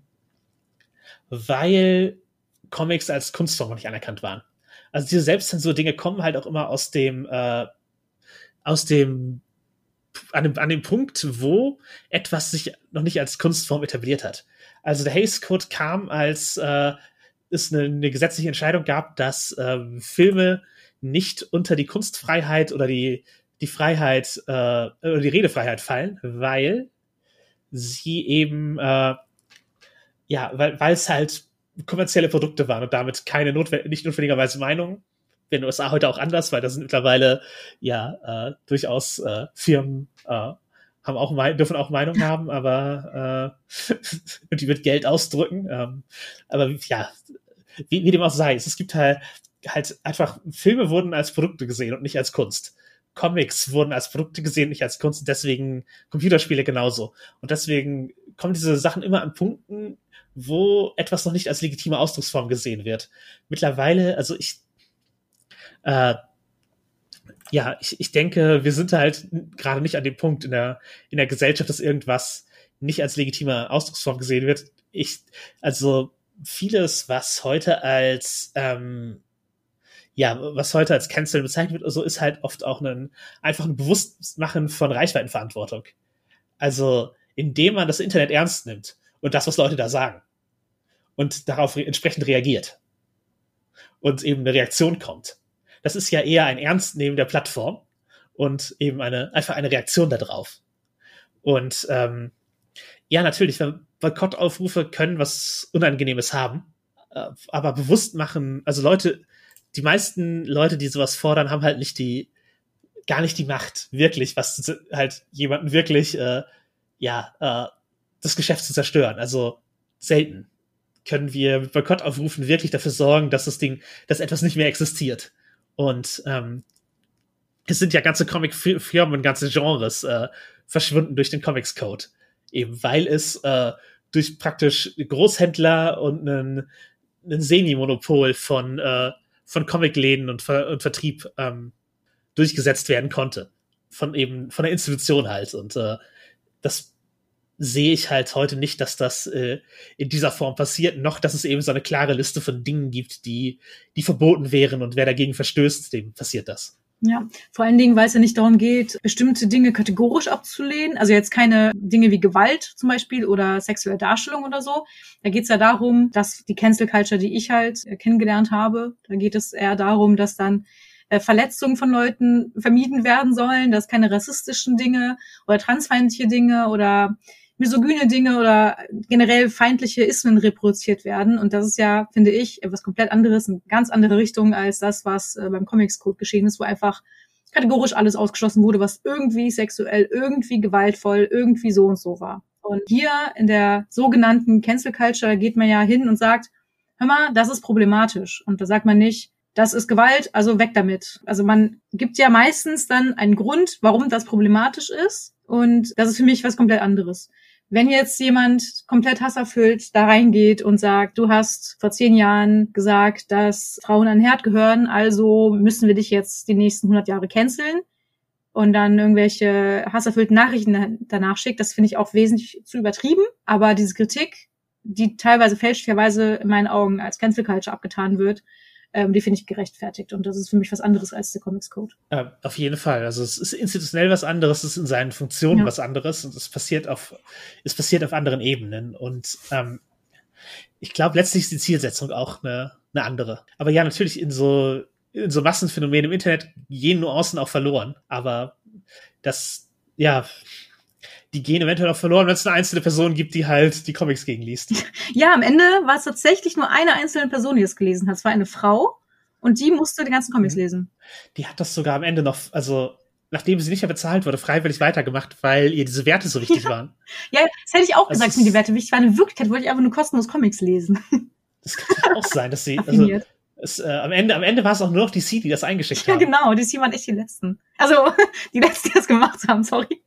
weil Comics als Kunstform noch nicht anerkannt waren. Also diese Selbstzensur-Dinge kommen halt auch immer aus dem, äh, aus dem, an dem, an dem Punkt, wo etwas sich noch nicht als Kunstform etabliert hat. Also der Hays Code kam, als äh, es eine, eine gesetzliche Entscheidung gab, dass äh, Filme nicht unter die Kunstfreiheit oder die, die Freiheit, äh, oder die Redefreiheit fallen, weil sie eben, äh, ja, weil, weil es halt kommerzielle Produkte waren und damit keine notwendig, nicht notwendigerweise Meinungen. In den U S A heute auch anders, weil da sind mittlerweile ja äh, durchaus äh, Firmen äh, haben auch dürfen auch Meinung haben, aber äh, die mit Geld ausdrücken. Ähm, aber ja, wie, wie dem auch sei, es gibt halt halt einfach Filme wurden als Produkte gesehen und nicht als Kunst. Comics wurden als Produkte gesehen, nicht als Kunst, und deswegen Computerspiele genauso. Und deswegen kommen diese Sachen immer an Punkten, wo etwas noch nicht als legitime Ausdrucksform gesehen wird. Mittlerweile, also ich, äh, ja, ich, ich denke, wir sind halt gerade nicht an dem Punkt in der, in der Gesellschaft, dass irgendwas nicht als legitime Ausdrucksform gesehen wird. Ich, also vieles, was heute als, ähm, ja, was heute als Cancel bezeichnet wird, also ist halt oft auch ein, einfach ein Bewusstmachen von Reichweitenverantwortung. Also, indem man das Internet ernst nimmt und das, was Leute da sagen und darauf re- entsprechend reagiert und eben eine Reaktion kommt. Das ist ja eher ein Ernstnehmen der Plattform und eben eine, einfach eine Reaktion darauf. Und, ähm, ja, natürlich, Boykottaufrufe können was Unangenehmes haben, äh, aber bewusst machen, also Leute, die meisten Leute, die sowas fordern, haben halt nicht die, gar nicht die Macht, wirklich, was zu, halt jemanden wirklich, äh, ja, äh, das Geschäft zu zerstören. Also selten können wir mit Boykottaufrufen wirklich dafür sorgen, dass das Ding, dass etwas nicht mehr existiert. Und ähm, es sind ja ganze Comic-Firmen und ganze Genres äh, verschwunden durch den Comics Code. Eben weil es äh, durch praktisch Großhändler und einen, einen Semi-Monopol von äh, von Comicläden und, Ver- und Vertrieb ähm, durchgesetzt werden konnte. Von eben, von der Institution halt. Und äh, das sehe ich halt heute nicht, dass das äh, in dieser Form passiert, noch dass es eben so eine klare Liste von Dingen gibt, die, die verboten wären und wer dagegen verstößt, dem passiert das. Ja, vor allen Dingen, weil es ja nicht darum geht, bestimmte Dinge kategorisch abzulehnen. Also jetzt keine Dinge wie Gewalt zum Beispiel oder sexuelle Darstellung oder so. Da geht es ja darum, dass die Cancel Culture, die ich halt kennengelernt habe, da geht es eher darum, dass dann äh, Verletzungen von Leuten vermieden werden sollen, dass keine rassistischen Dinge oder transfeindliche Dinge oder misogyne Dinge oder generell feindliche Ismen reproduziert werden. Und das ist ja, finde ich, etwas komplett anderes, eine ganz andere Richtung als das, was äh, beim Comics Code geschehen ist, wo einfach kategorisch alles ausgeschlossen wurde, was irgendwie sexuell, irgendwie gewaltvoll, irgendwie so und so war. Und hier in der sogenannten Cancel Culture, da geht man ja hin und sagt, hör mal, das ist problematisch. Und da sagt man nicht, das ist Gewalt, also weg damit. Also man gibt ja meistens dann einen Grund, warum das problematisch ist. Und das ist für mich was komplett anderes. Wenn jetzt jemand komplett hasserfüllt da reingeht und sagt, du hast vor zehn Jahren gesagt, dass Frauen an den Herd gehören, also müssen wir dich jetzt die nächsten hundert Jahre canceln und dann irgendwelche hasserfüllten Nachrichten danach schickt, das finde ich auch wesentlich zu übertrieben. Aber diese Kritik, die teilweise fälschlicherweise in meinen Augen als Cancel Culture abgetan wird, Ähm, die finde ich gerechtfertigt. Und das ist für mich was anderes als der Comics Code. Äh, auf jeden Fall. Also es ist institutionell was anderes, es ist in seinen Funktionen ja. was anderes und es passiert auf, es passiert auf anderen Ebenen. Und ähm, ich glaube, letztlich ist die Zielsetzung auch eine, eine andere. Aber ja, natürlich in so, in so Massenphänomenen im Internet gehen Nuancen auch verloren. Aber das, ja, die gehen eventuell auch verloren, wenn es eine einzelne Person gibt, die halt die Comics gegenliest. Ja, am Ende war es tatsächlich nur eine einzelne Person, die es gelesen hat. Es war eine Frau und die musste die ganzen Comics lesen. Die hat das sogar am Ende noch, also nachdem sie nicht mehr bezahlt wurde, freiwillig weitergemacht, weil ihr diese Werte so wichtig ja. waren. Ja, das hätte ich auch also gesagt, dass mir die Werte wichtig waren. In Wirklichkeit wollte ich einfach nur kostenlos Comics lesen. Das kann auch sein, dass sie, also es, äh, am Ende, am Ende war es auch nur noch D C, die das eingeschickt ja, haben. Ja, genau, D C waren echt die Letzten. Also, die Letzten, die das gemacht haben, sorry.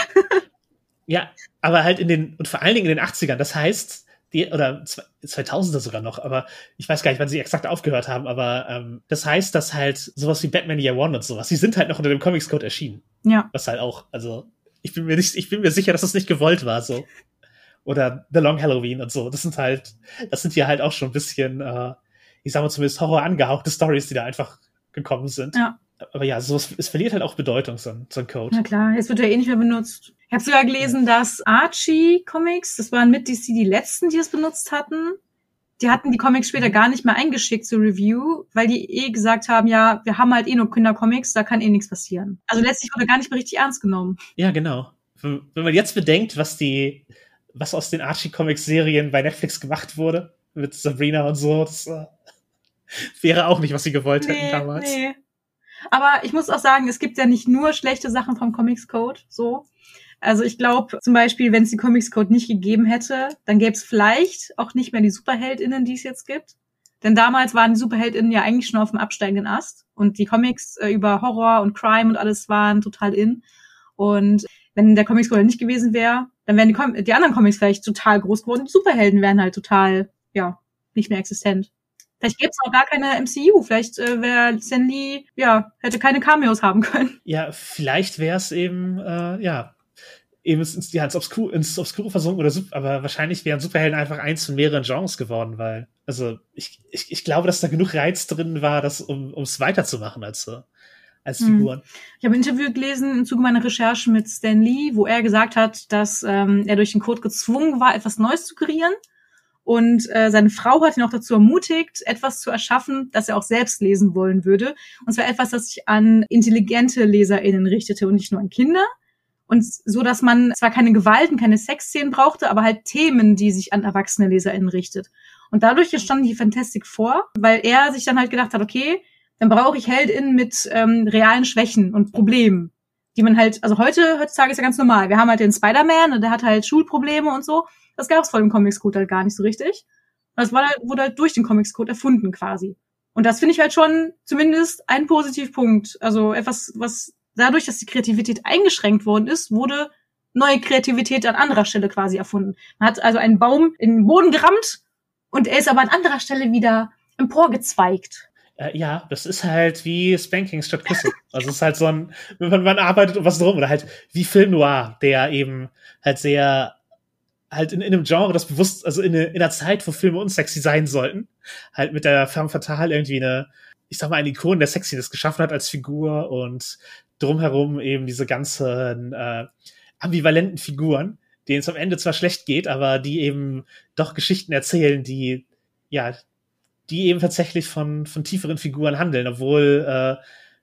Ja, aber halt in den, und vor allen Dingen in den achtzigern, das heißt, die, oder zweitausender sogar noch, aber ich weiß gar nicht, wann sie exakt aufgehört haben, aber ähm, das heißt, dass halt sowas wie Batman Year One und sowas, die sind halt noch unter dem Comics Code erschienen. Ja. Was halt auch, also, ich bin mir nicht, ich bin mir sicher, dass das nicht gewollt war, so. Oder The Long Halloween und so, das sind halt, das sind ja halt auch schon ein bisschen, äh, ich sag mal zumindest Horror angehauchte Stories, die da einfach gekommen sind. Ja. Aber ja, sowas, es verliert halt auch Bedeutung, so ein, so ein Code. Na klar, jetzt wird ja eh nicht mehr benutzt. Ich habe sogar gelesen, ja. dass Archie-Comics, das waren mit D C die letzten, die es benutzt hatten, die hatten die Comics später gar nicht mehr eingeschickt zur Review, weil die eh gesagt haben, ja, wir haben halt eh nur Kindercomics, da kann eh nichts passieren. Also letztlich wurde gar nicht mehr richtig ernst genommen. Ja, genau. Wenn man jetzt bedenkt, was die, was aus den Archie-Comics-Serien bei Netflix gemacht wurde, mit Sabrina und so, das äh, wäre auch nicht, was sie gewollt nee, hätten damals. Nee. Aber ich muss auch sagen, es gibt ja nicht nur schlechte Sachen vom Comics Code, so. Also ich glaube zum Beispiel, wenn es die Comics Code nicht gegeben hätte, dann gäbe es vielleicht auch nicht mehr die SuperheldInnen, die es jetzt gibt. Denn damals waren die SuperheldInnen ja eigentlich schon auf dem absteigenden Ast. Und die Comics äh, über Horror und Crime und alles waren total in. Und wenn der Comics Code nicht gewesen wäre, dann wären die, Com- die anderen Comics vielleicht total groß geworden. Die Superhelden wären halt total, ja, nicht mehr existent. Vielleicht gäbe es auch gar keine M C U. Vielleicht äh, wäre Stan Lee, ja, hätte keine Cameos haben können. Ja, vielleicht wäre es eben, äh, ja, eben ins, ja, ins, Obskur, ins Obskure versunken oder aber wahrscheinlich wären Superhelden einfach eins von mehreren Genres geworden, weil, also ich, ich, ich glaube, dass da genug Reiz drin war, das, um es weiterzumachen als so. Als Figuren. Ich habe ein Interview gelesen im Zuge meiner Recherche mit Stan Lee, wo er gesagt hat, dass ähm, er durch den Code gezwungen war, etwas Neues zu kreieren. Und äh, seine Frau hat ihn auch dazu ermutigt, etwas zu erschaffen, das er auch selbst lesen wollen würde. Und zwar etwas, das sich an intelligente LeserInnen richtete und nicht nur an Kinder. Und so, dass man zwar keine Gewalt und keine Sexszenen brauchte, aber halt Themen, die sich an erwachsene LeserInnen richtet. Und dadurch entstand die Fantastic Four, weil er sich dann halt gedacht hat, okay, dann brauche ich HeldInnen mit ähm, realen Schwächen und Problemen, die man halt, also heute, heutzutage ist ja ganz normal. Wir haben halt den Spider-Man und der hat halt Schulprobleme und so. Das gab es vor dem Comics-Code halt gar nicht so richtig. Und das war halt, wurde halt durch den Comics-Code erfunden quasi. Und das finde ich halt schon zumindest ein Positivpunkt. Also etwas, was dadurch, dass die Kreativität eingeschränkt worden ist, wurde neue Kreativität an anderer Stelle quasi erfunden. Man hat also einen Baum in den Boden gerammt und er ist aber an anderer Stelle wieder emporgezweigt. Äh, ja, das ist halt wie Spanking statt Küsse. Also es ist halt so ein, man, man arbeitet um was drum. Oder halt wie Film Noir, der eben halt sehr, halt in, in einem Genre, das bewusst, also in, eine, in einer Zeit, wo Filme unsexy sein sollten, halt mit der Femme Fatale irgendwie eine, ich sag mal, eine Ikone der Sexiness geschaffen hat als Figur und drumherum eben diese ganzen äh, ambivalenten Figuren, denen es am Ende zwar schlecht geht, aber die eben doch Geschichten erzählen, die, ja, die eben tatsächlich von, von tieferen Figuren handeln, obwohl, äh,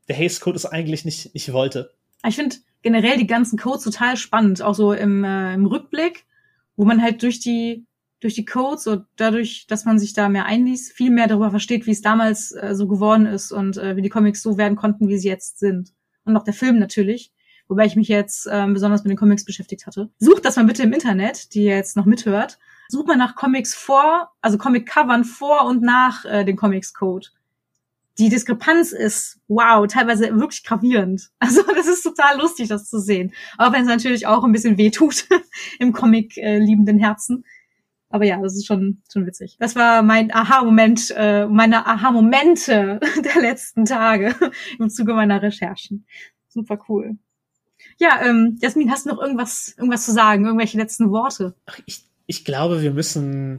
der Hays Code es eigentlich nicht, nicht wollte. Ich finde generell die ganzen Codes total spannend, auch so im, äh, im Rückblick, wo man halt durch die durch die Codes und dadurch, dass man sich da mehr einliest, viel mehr darüber versteht, wie es damals äh, so geworden ist und äh, wie die Comics so werden konnten, wie sie jetzt sind. Und auch der Film natürlich, wobei ich mich jetzt äh, besonders mit den Comics beschäftigt hatte. Sucht das mal bitte im Internet, die ihr jetzt noch mithört. Sucht mal nach Comics vor, also Comic-Covern vor und nach äh, den Comics-Code. Die Diskrepanz ist, wow, teilweise wirklich gravierend. Also das ist total lustig, das zu sehen. Auch wenn es natürlich auch ein bisschen weh tut im Comic-liebenden Herzen. Aber ja, das ist schon schon witzig. Das war mein Aha-Moment, äh, meine Aha-Momente der letzten Tage im Zuge meiner Recherchen. Super cool. Ja, ähm, Jasmin, hast du noch irgendwas irgendwas zu sagen? Irgendwelche letzten Worte? Ach, ich, ich glaube, wir müssen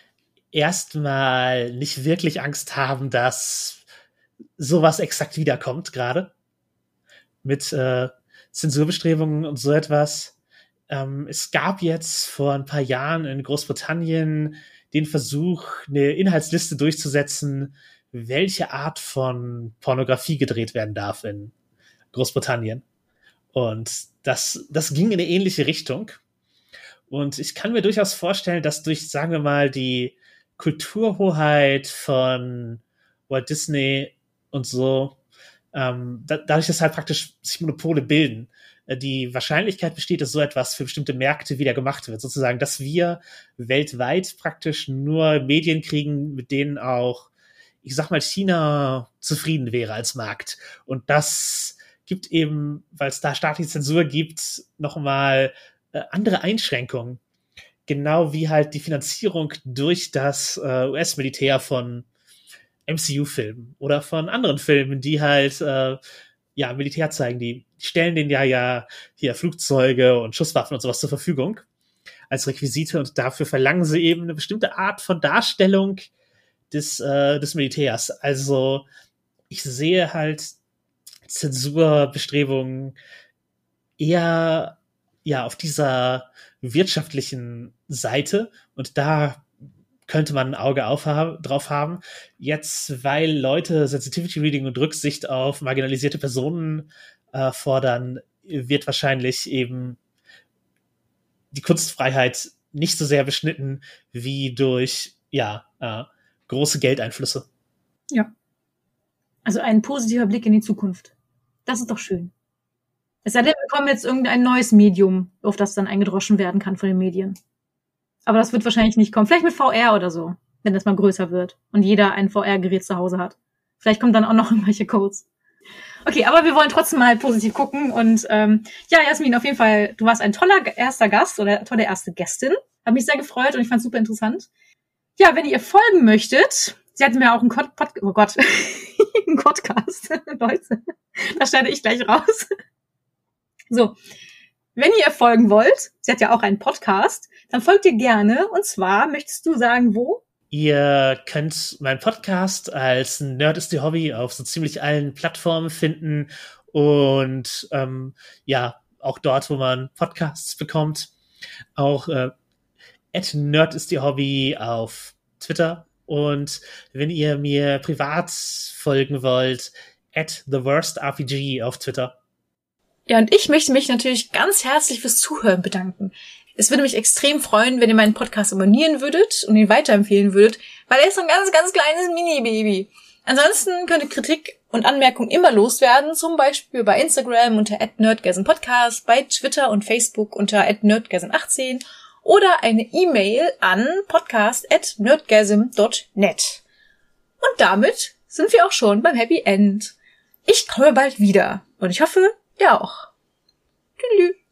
erstmal nicht wirklich Angst haben, dass sowas exakt wiederkommt gerade. Mit äh, Zensurbestrebungen und so etwas. Ähm, es gab jetzt vor ein paar Jahren in Großbritannien den Versuch, eine Inhaltsliste durchzusetzen, welche Art von Pornografie gedreht werden darf in Großbritannien. Und das, das ging in eine ähnliche Richtung. Und ich kann mir durchaus vorstellen, dass durch, sagen wir mal, die Kulturhoheit von Walt Disney und so, ähm, da, dadurch, dass halt praktisch sich Monopole bilden, die Wahrscheinlichkeit besteht, dass so etwas für bestimmte Märkte wieder gemacht wird. Sozusagen, dass wir weltweit praktisch nur Medien kriegen, mit denen auch, ich sag mal, China zufrieden wäre als Markt. Und das gibt eben, weil es da staatliche Zensur gibt, nochmal äh, andere Einschränkungen. Genau wie halt die Finanzierung durch das äh, U S-Militär von M C U-Filmen oder von anderen Filmen, die halt äh, ja, Militär zeigen, die stellen denen ja ja hier Flugzeuge und Schusswaffen und sowas zur Verfügung als Requisite und dafür verlangen sie eben eine bestimmte Art von Darstellung des, äh, des Militärs. Also ich sehe halt Zensurbestrebungen eher ja auf dieser wirtschaftlichen Seite und da könnte man ein Auge auf, drauf haben. Jetzt, weil Leute Sensitivity Reading und Rücksicht auf marginalisierte Personen äh, fordern, wird wahrscheinlich eben die Kunstfreiheit nicht so sehr beschnitten wie durch ja äh, große Geldeinflüsse. Ja. Also ein positiver Blick in die Zukunft. Das ist doch schön. Es sei denn, wir bekommen jetzt irgendein neues Medium, auf das dann eingedroschen werden kann von den Medien. Aber das wird wahrscheinlich nicht kommen. Vielleicht mit V R oder so, wenn das mal größer wird und jeder ein V R-Gerät zu Hause hat. Vielleicht kommen dann auch noch irgendwelche Codes. Okay, aber wir wollen trotzdem mal positiv gucken. Und ähm, ja, Jasmin, auf jeden Fall, du warst ein toller erster Gast oder tolle erste Gästin. Hat mich sehr gefreut und ich fand es super interessant. Ja, wenn ihr folgen möchtet, sie hatten mir auch einen Pod- Pod- oh Gott, einen Podcast, Leute, da schneide ich gleich raus. So, wenn ihr folgen wollt, sie hat ja auch einen Podcast, dann folgt ihr gerne. Und zwar, möchtest du sagen, wo? Ihr könnt meinen Podcast als Nerd ist die Hobby auf so ziemlich allen Plattformen finden und ähm, ja, auch dort, wo man Podcasts bekommt. Auch äh, at Nerd ist die Hobby auf Twitter. Und wenn ihr mir privat folgen wollt, at the worst R P G auf Twitter. Ja, und ich möchte mich natürlich ganz herzlich fürs Zuhören bedanken. Es würde mich extrem freuen, wenn ihr meinen Podcast abonnieren würdet und ihn weiterempfehlen würdet, weil er ist so ein ganz, ganz kleines Mini-Baby. Ansonsten könnt ihr Kritik und Anmerkungen immer loswerden, zum Beispiel bei Instagram unter at nerdgasmpodcast, bei Twitter und Facebook unter at nerdgasm achtzehn oder eine E-Mail an podcast at nerdgasm dot net. Und damit sind wir auch schon beim Happy End. Ich komme bald wieder und ich hoffe, ihr auch. Tschüss.